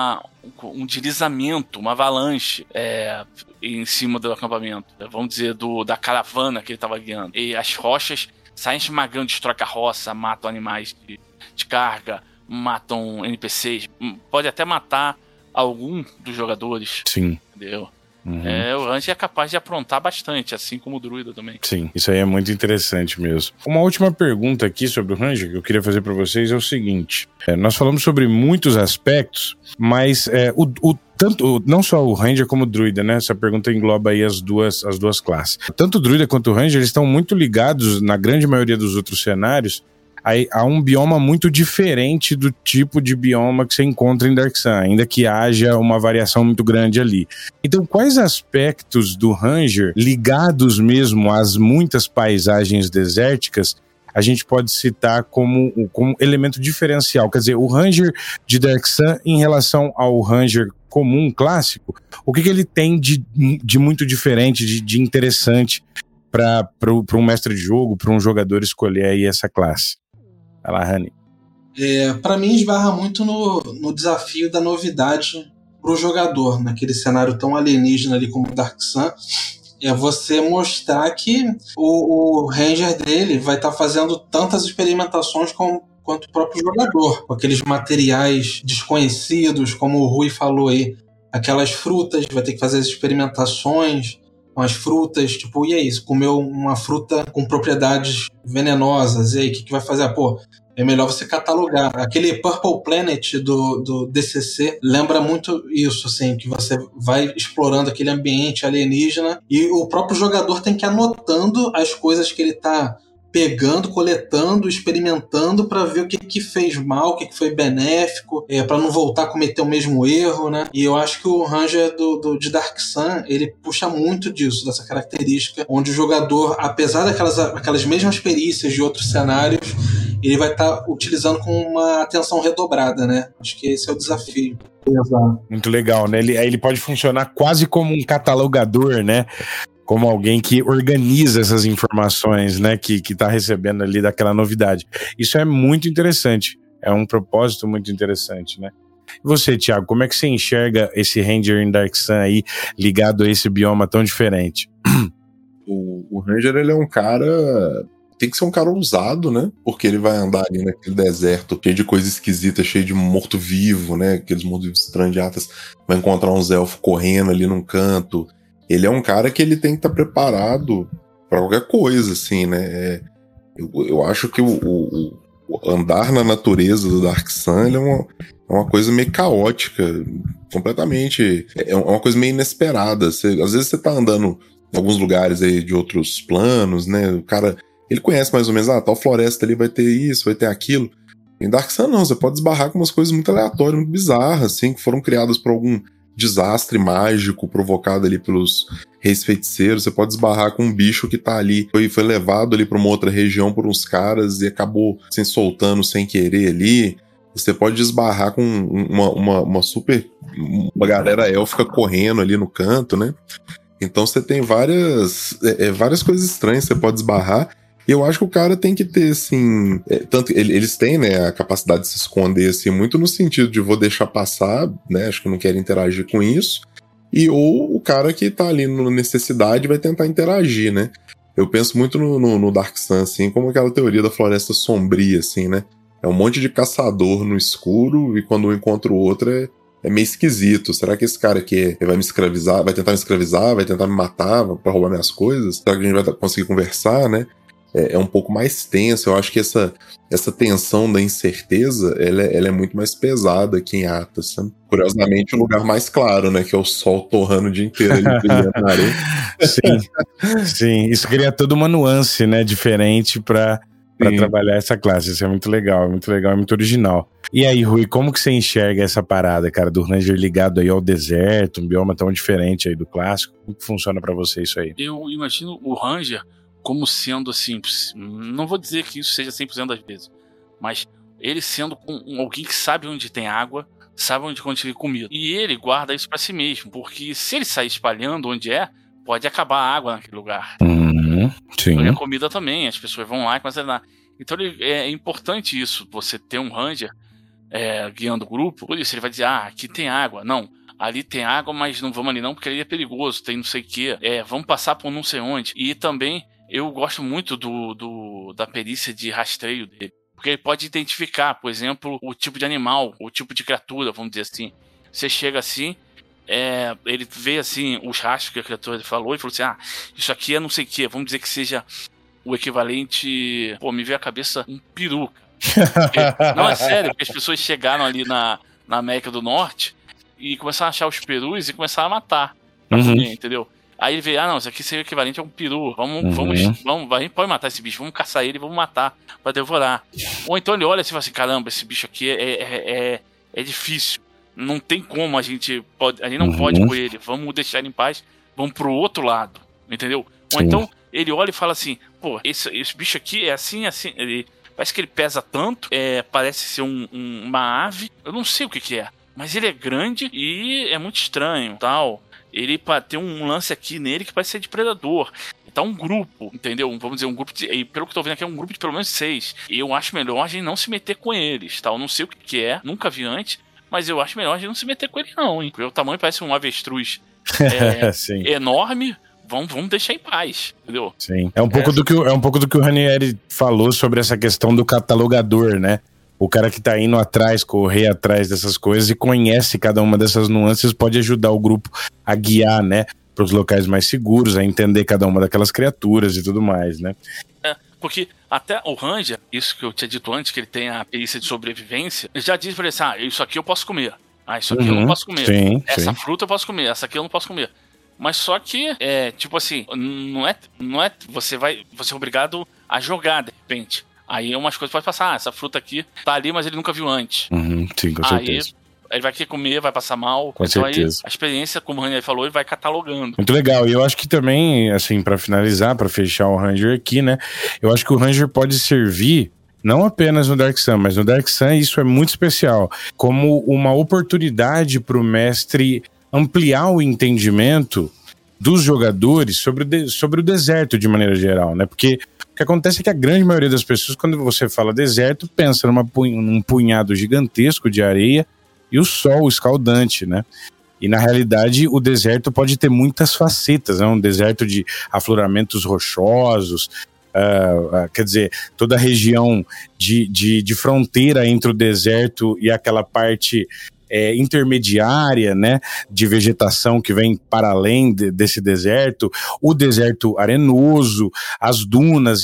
um deslizamento, uma avalanche em cima do acampamento. Vamos dizer, da caravana que ele estava guiando. E as rochas saem esmagando, destrói carroça, matam animais de carga, matam NPCs, pode até matar algum dos jogadores. Sim. Entendeu? O Ranger é capaz de aprontar bastante, assim como o Druida também. Sim, isso aí é muito interessante mesmo. Uma última pergunta aqui sobre o Ranger que eu queria fazer para vocês é o seguinte: nós falamos sobre muitos aspectos, mas tanto não só o Ranger como o Druida, né? Essa pergunta engloba aí as duas classes. Tanto o Druida quanto o Ranger, eles estão muito ligados, na grande maioria dos outros cenários, a um bioma muito diferente do tipo de bioma que você encontra em Dark Sun, ainda que haja uma variação muito grande ali. Então, quais aspectos do Ranger, ligados mesmo às muitas paisagens desérticas, a gente pode citar como elemento diferencial? Quer dizer, o Ranger de Dark Sun em relação ao Ranger comum, clássico, o que ele tem de muito diferente, de interessante para um mestre de jogo, para um jogador escolher aí essa classe? Vai lá, Rani. Para mim, esbarra muito no desafio da novidade para o jogador, naquele cenário tão alienígena ali como o Dark Sun. É você mostrar que o Ranger dele vai estar fazendo tantas experimentações quanto o próprio jogador, com aqueles materiais desconhecidos, como o Rui falou aí, aquelas frutas, vai ter que fazer as experimentações com as frutas, tipo, e é isso, comeu uma fruta com propriedades venenosas, e aí o que vai fazer? É melhor você catalogar. Aquele Purple Planet do DCC lembra muito isso, assim, que você vai explorando aquele ambiente alienígena e o próprio jogador tem que ir anotando as coisas que ele está pegando, coletando, experimentando para ver o que fez mal, o que foi benéfico, para não voltar a cometer o mesmo erro, né? E eu acho que o Ranger de Dark Sun, ele puxa muito disso, dessa característica, onde o jogador, apesar daquelas mesmas perícias de outros cenários, ele vai estar utilizando com uma atenção redobrada, né? Acho que esse é o desafio. Exato. Muito legal, né? Ele pode funcionar quase como um catalogador, né? Como alguém que organiza essas informações, né, que tá recebendo ali daquela novidade. Isso é muito interessante, é um propósito muito interessante, né? E você, Thiago, como é que você enxerga esse Ranger em Dark Sun aí, ligado a esse bioma tão diferente? O Ranger, ele é um cara... Tem que ser um cara ousado, né? Porque ele vai andar ali naquele deserto cheio de coisa esquisita, cheio de morto-vivo, né? Aqueles mortos-vivos estrangeatas. Vai encontrar uns elfos correndo ali num canto. Ele é um cara que ele tem que estar preparado para qualquer coisa, assim, né? Eu acho que o andar na natureza do Dark Sun ele é uma coisa meio caótica, completamente. É uma coisa meio inesperada. Às vezes você tá andando em alguns lugares aí de outros planos, né? O cara, ele conhece mais ou menos, tal floresta ali vai ter isso, vai ter aquilo. Em Dark Sun não, você pode esbarrar com umas coisas muito aleatórias, muito bizarras, assim, que foram criadas por algum desastre mágico provocado ali pelos reis feiticeiros. Você pode esbarrar com um bicho que tá ali, foi levado ali pra uma outra região por uns caras e acabou se soltando sem querer ali. Você pode esbarrar com uma galera élfica correndo ali no canto, né? Então você tem várias coisas estranhas que você pode esbarrar. E eu acho que o cara tem que ter, assim... tanto eles têm, né, a capacidade de se esconder, assim, muito no sentido de vou deixar passar, né? Acho que não quero interagir com isso. Ou o cara que tá ali na necessidade vai tentar interagir, né? Eu penso muito no Dark Sun, assim, como aquela teoria da floresta sombria, assim, né? É um monte de caçador no escuro e quando um encontra o outro é meio esquisito. Será que esse cara aqui vai me escravizar, vai tentar me escravizar, vai tentar me matar pra roubar minhas coisas? Será que a gente vai conseguir conversar, né? É um pouco mais tenso. Eu acho que essa tensão da incerteza, ela é muito mais pesada aqui em Athas, sabe? Curiosamente, o lugar mais claro, né? Que é o sol torrando o dia inteiro ali brilhando na areia. Sim. Isso cria toda uma nuance, né? Diferente pra trabalhar essa classe. Isso é muito legal, é muito original. E aí, Rui, como que você enxerga essa parada, cara, do Ranger ligado aí ao deserto, um bioma tão diferente aí do clássico? Como que funciona pra você isso aí? Eu imagino o Ranger como sendo assim, não vou dizer que isso seja 100% das vezes, mas ele sendo alguém que sabe onde tem água, sabe onde conseguir comida. E ele guarda isso pra si mesmo, porque se ele sair espalhando onde pode acabar a água naquele lugar. Sim. E a comida também, as pessoas vão lá e começam a dar. Então é importante isso, você ter um Ranger guiando o grupo. Por isso ele vai dizer, aqui tem água. Não, ali tem água, mas não vamos ali não, porque ali é perigoso, tem não sei o que. Vamos passar por não sei onde. E também eu gosto muito da perícia de rastreio dele. Porque ele pode identificar, por exemplo, o tipo de animal, o tipo de criatura, vamos dizer assim. Você chega assim, ele vê assim os rastros que a criatura falou e falou assim, isso aqui é não sei o que, vamos dizer que seja o equivalente... Pô, me veio à cabeça um peru. Não, é sério, porque as pessoas chegaram ali na América do Norte e começaram a achar os perus e começaram a matar pra comer, entendeu? Aí ele vê, não, isso aqui seria o equivalente a um peru. A gente pode matar esse bicho, vamos caçar ele e vamos matar pra devorar. Ou então ele olha assim e fala assim, caramba, esse bicho aqui é difícil. Não tem como a gente não pode com ele. Vamos deixar ele em paz, vamos pro outro lado, entendeu? Ou então ele olha e fala assim, pô, esse bicho aqui é assim, parece que ele pesa tanto, parece ser uma ave, eu não sei o que é, mas ele é grande e é muito estranho, tal. Ele tem um lance aqui nele que parece ser de predador. Tá um grupo, entendeu? Vamos dizer, um grupo e pelo que eu tô vendo aqui, é um grupo de pelo menos 6. E eu acho melhor a gente não se meter com eles, tá? Eu não sei o que é, nunca vi antes, mas eu acho melhor a gente não se meter com ele não, hein? Porque o tamanho parece um avestruz enorme. Vamos deixar em paz, entendeu? Sim. É um pouco do que o Ranieri falou sobre essa questão do catalogador, né? O cara que tá indo atrás, correr atrás dessas coisas e conhece cada uma dessas nuances pode ajudar o grupo a guiar, né? Para os locais mais seguros, a entender cada uma daquelas criaturas e tudo mais, né? Porque até o Ranger, isso que eu tinha dito antes, que ele tem a perícia de sobrevivência, ele já diz pra ele assim, isso aqui eu posso comer. Isso aqui eu não posso comer. Essa fruta eu posso comer, essa aqui eu não posso comer. Mas só que, tipo assim, não é você é obrigado a jogar, de repente. Aí umas coisas podem passar, essa fruta aqui tá ali, mas ele nunca viu antes. Sim, com certeza. Aí ele vai querer comer, vai passar mal. Com certeza. Aí a experiência, como o Ranger falou, ele vai catalogando. Muito legal. E eu acho que também, assim, pra finalizar, pra fechar o Ranger aqui, né? Eu acho que o Ranger pode servir não apenas no Dark Sun, mas no Dark Sun isso é muito especial. Como uma oportunidade pro mestre ampliar o entendimento dos jogadores sobre o deserto de maneira geral, né? Porque o que acontece é que a grande maioria das pessoas, quando você fala deserto, pensa num punhado gigantesco de areia e o sol escaldante, né? E na realidade o deserto pode ter muitas facetas, né? Um deserto de afloramentos rochosos, quer dizer, toda a região de fronteira entre o deserto e aquela parte intermediária, né, de vegetação que vem para além desse deserto, o deserto arenoso, as dunas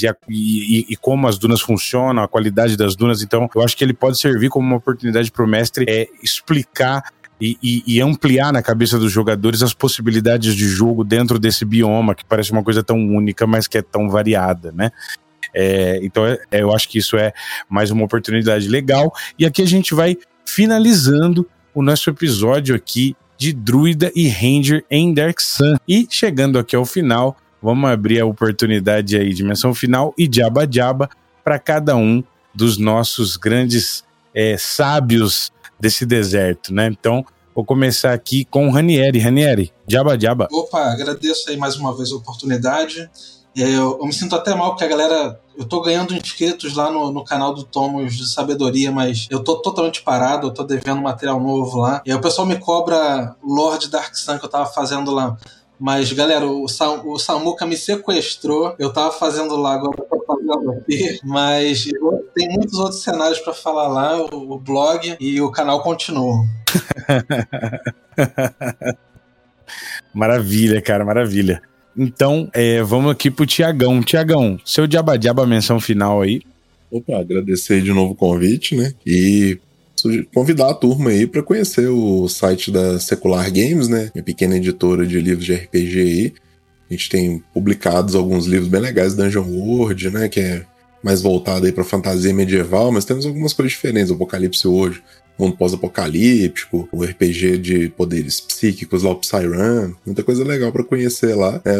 e como as dunas funcionam, a qualidade das dunas. Então eu acho que ele pode servir como uma oportunidade para o mestre explicar e ampliar na cabeça dos jogadores as possibilidades de jogo dentro desse bioma que parece uma coisa tão única, mas que é tão variada, né? Então eu acho que isso é mais uma oportunidade legal. E aqui a gente vai finalizando o nosso episódio aqui de Druida e Ranger em Dark Sun. E chegando aqui ao final, vamos abrir a oportunidade aí de menção final e Jabba Jabba para cada um dos nossos grandes sábios desse deserto, né? Então, vou começar aqui com o Ranieri. Ranieri, Jabba Jabba. Opa, agradeço aí mais uma vez a oportunidade. Eu me sinto até mal, porque a galera... Eu tô ganhando inscritos lá no canal do Tomos de Sabedoria, mas eu tô totalmente parado, eu tô devendo material novo lá. E aí o pessoal me cobra Lord Dark Sun que eu tava fazendo lá. Mas, galera, o Samuka me sequestrou. Eu tava fazendo lá, agora eu tô fazendo aqui. Mas tem muitos outros cenários pra falar lá, o blog e o canal continuam. Maravilha, cara, maravilha. Então, vamos aqui pro Tiagão. Tiagão, seu Diaba menção final aí. Opa, agradecer de novo o convite, né? E convidar a turma aí para conhecer o site da Secular Games, né? Minha pequena editora de livros de RPG aí. A gente tem publicados alguns livros bem legais, Dungeon World, né? Que é mais voltado aí para fantasia medieval, mas temos algumas coisas diferentes, Apocalipse World, mundo pós-apocalíptico, o RPG de poderes psíquicos lá, o Psyrun, muita coisa legal para conhecer lá. É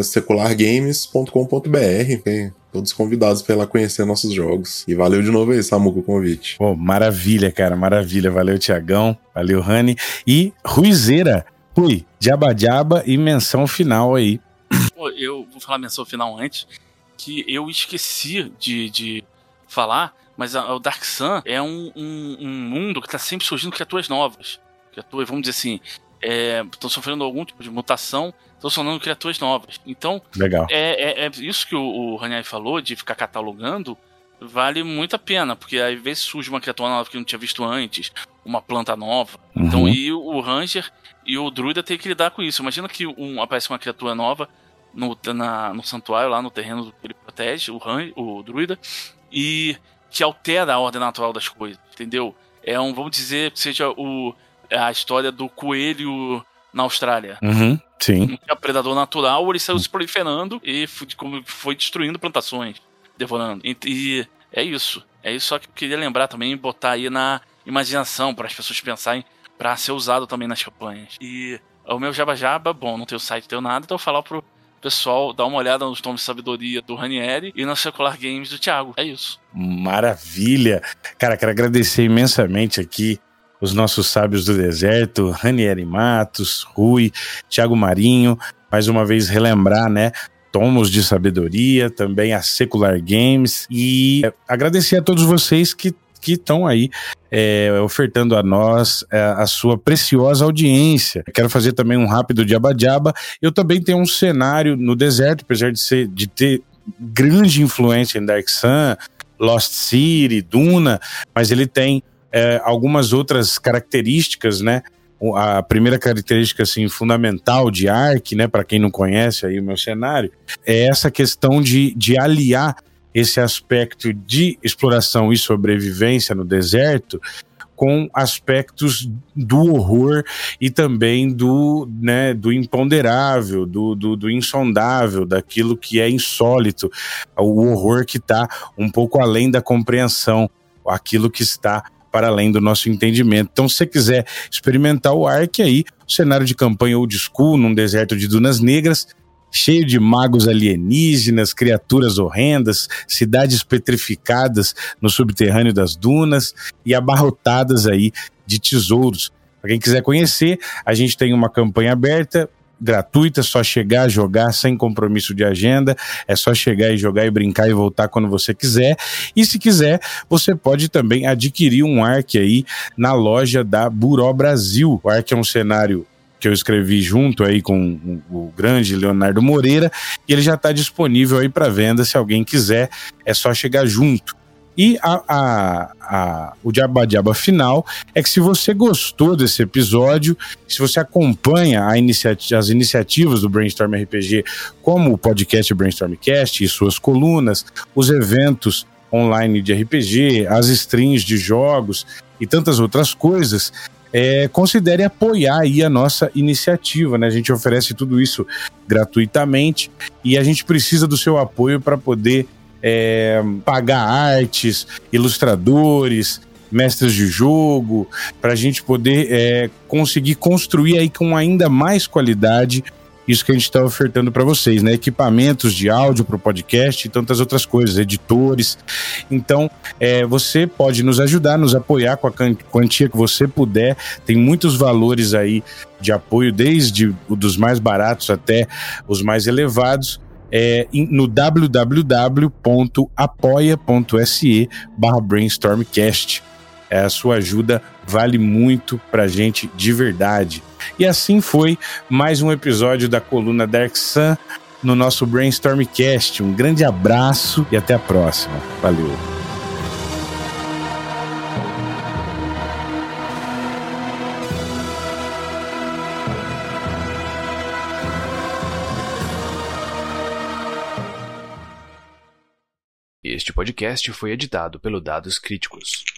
seculargames.com.br, tem todos convidados para ir lá conhecer nossos jogos. E valeu de novo aí, Samu, com o convite. Pô, maravilha, cara, maravilha. Valeu, Tiagão, valeu, Rani. E Ruizeira, Rui, Diaba e menção final aí. Pô, eu vou falar a menção final antes, que eu esqueci de falar, mas o Dark Sun é um mundo que está sempre surgindo criaturas novas. Criaturas, vamos dizer assim, estão sofrendo algum tipo de mutação, estão se tornando criaturas novas. Então, legal. É isso que o Ranieri falou, de ficar catalogando, vale muito a pena, porque às vezes surge uma criatura nova que não tinha visto antes, uma planta nova. Uhum. Então, e o Ranger e o Druida tem que lidar com isso. Imagina que aparece uma criatura nova no santuário, lá no terreno que ele protege, o Druida, e que altera a ordem natural das coisas, entendeu? Vamos dizer que seja a história do coelho na Austrália. Uhum, sim. Não tinha predador natural, ele saiu se proliferando e foi destruindo plantações, devorando. E é isso. É isso só que eu queria lembrar também, botar aí na imaginação, para as pessoas pensarem, para ser usado também nas campanhas. E o meu Jaba, bom, não tenho site, não tenho nada, então eu vou falar pro pessoal dar uma olhada nos tomos de sabedoria do Ranieri e na Secular Games do Thiago. É isso. Maravilha. Cara, quero agradecer imensamente aqui os nossos sábios do deserto, Ranieri Matos, Rui, Thiago Marinho, mais uma vez relembrar, né, tomos de sabedoria, também a Secular Games, e agradecer a todos vocês que estão aí ofertando a nós a sua preciosa audiência. Quero fazer também um rápido Diaba. Eu também tenho um cenário no deserto, apesar de ter grande influência em Dark Sun, Lost City, Duna, mas ele tem algumas outras características, né? A primeira característica assim, fundamental de Ark, né, para quem não conhece aí o meu cenário, é essa questão de aliar esse aspecto de exploração e sobrevivência no deserto com aspectos do horror e também do imponderável, do insondável, daquilo que é insólito, o horror que está um pouco além da compreensão, aquilo que está para além do nosso entendimento. Então, se você quiser experimentar o Ark aí, o cenário de campanha old school, num deserto de dunas negras, cheio de magos alienígenas, criaturas horrendas, cidades petrificadas no subterrâneo das dunas e abarrotadas aí de tesouros. Para quem quiser conhecer, a gente tem uma campanha aberta, gratuita, só chegar, jogar sem compromisso de agenda, é só chegar e jogar e brincar e voltar quando você quiser. E se quiser, você pode também adquirir um Ark aí na loja da Buró Brasil. O Ark é um cenário que eu escrevi junto aí com o grande Leonardo Moreira, e ele já está disponível aí para venda, se alguém quiser, é só chegar junto. E o Diaba final é que se você gostou desse episódio, se você acompanha as iniciativas do Brainstorm RPG, como o podcast Brainstormcast e suas colunas, os eventos online de RPG, as streams de jogos e tantas outras coisas, considere apoiar aí a nossa iniciativa, né? A gente oferece tudo isso gratuitamente e a gente precisa do seu apoio para poder pagar artes, ilustradores, mestres de jogo, para a gente poder conseguir construir aí com ainda mais qualidade isso que a gente está ofertando para vocês, né? Equipamentos de áudio para o podcast e tantas outras coisas, editores. Então, você pode nos ajudar, nos apoiar com a quantia que você puder. Tem muitos valores aí de apoio, desde dos mais baratos até os mais elevados. no www.apoia.se/brainstormcast. A sua ajuda vale muito pra gente de verdade. E assim foi mais um episódio da coluna Dark Sun no nosso Brainstormcast. Um grande abraço e até a próxima. Valeu! Este podcast foi editado pelo Dados Críticos.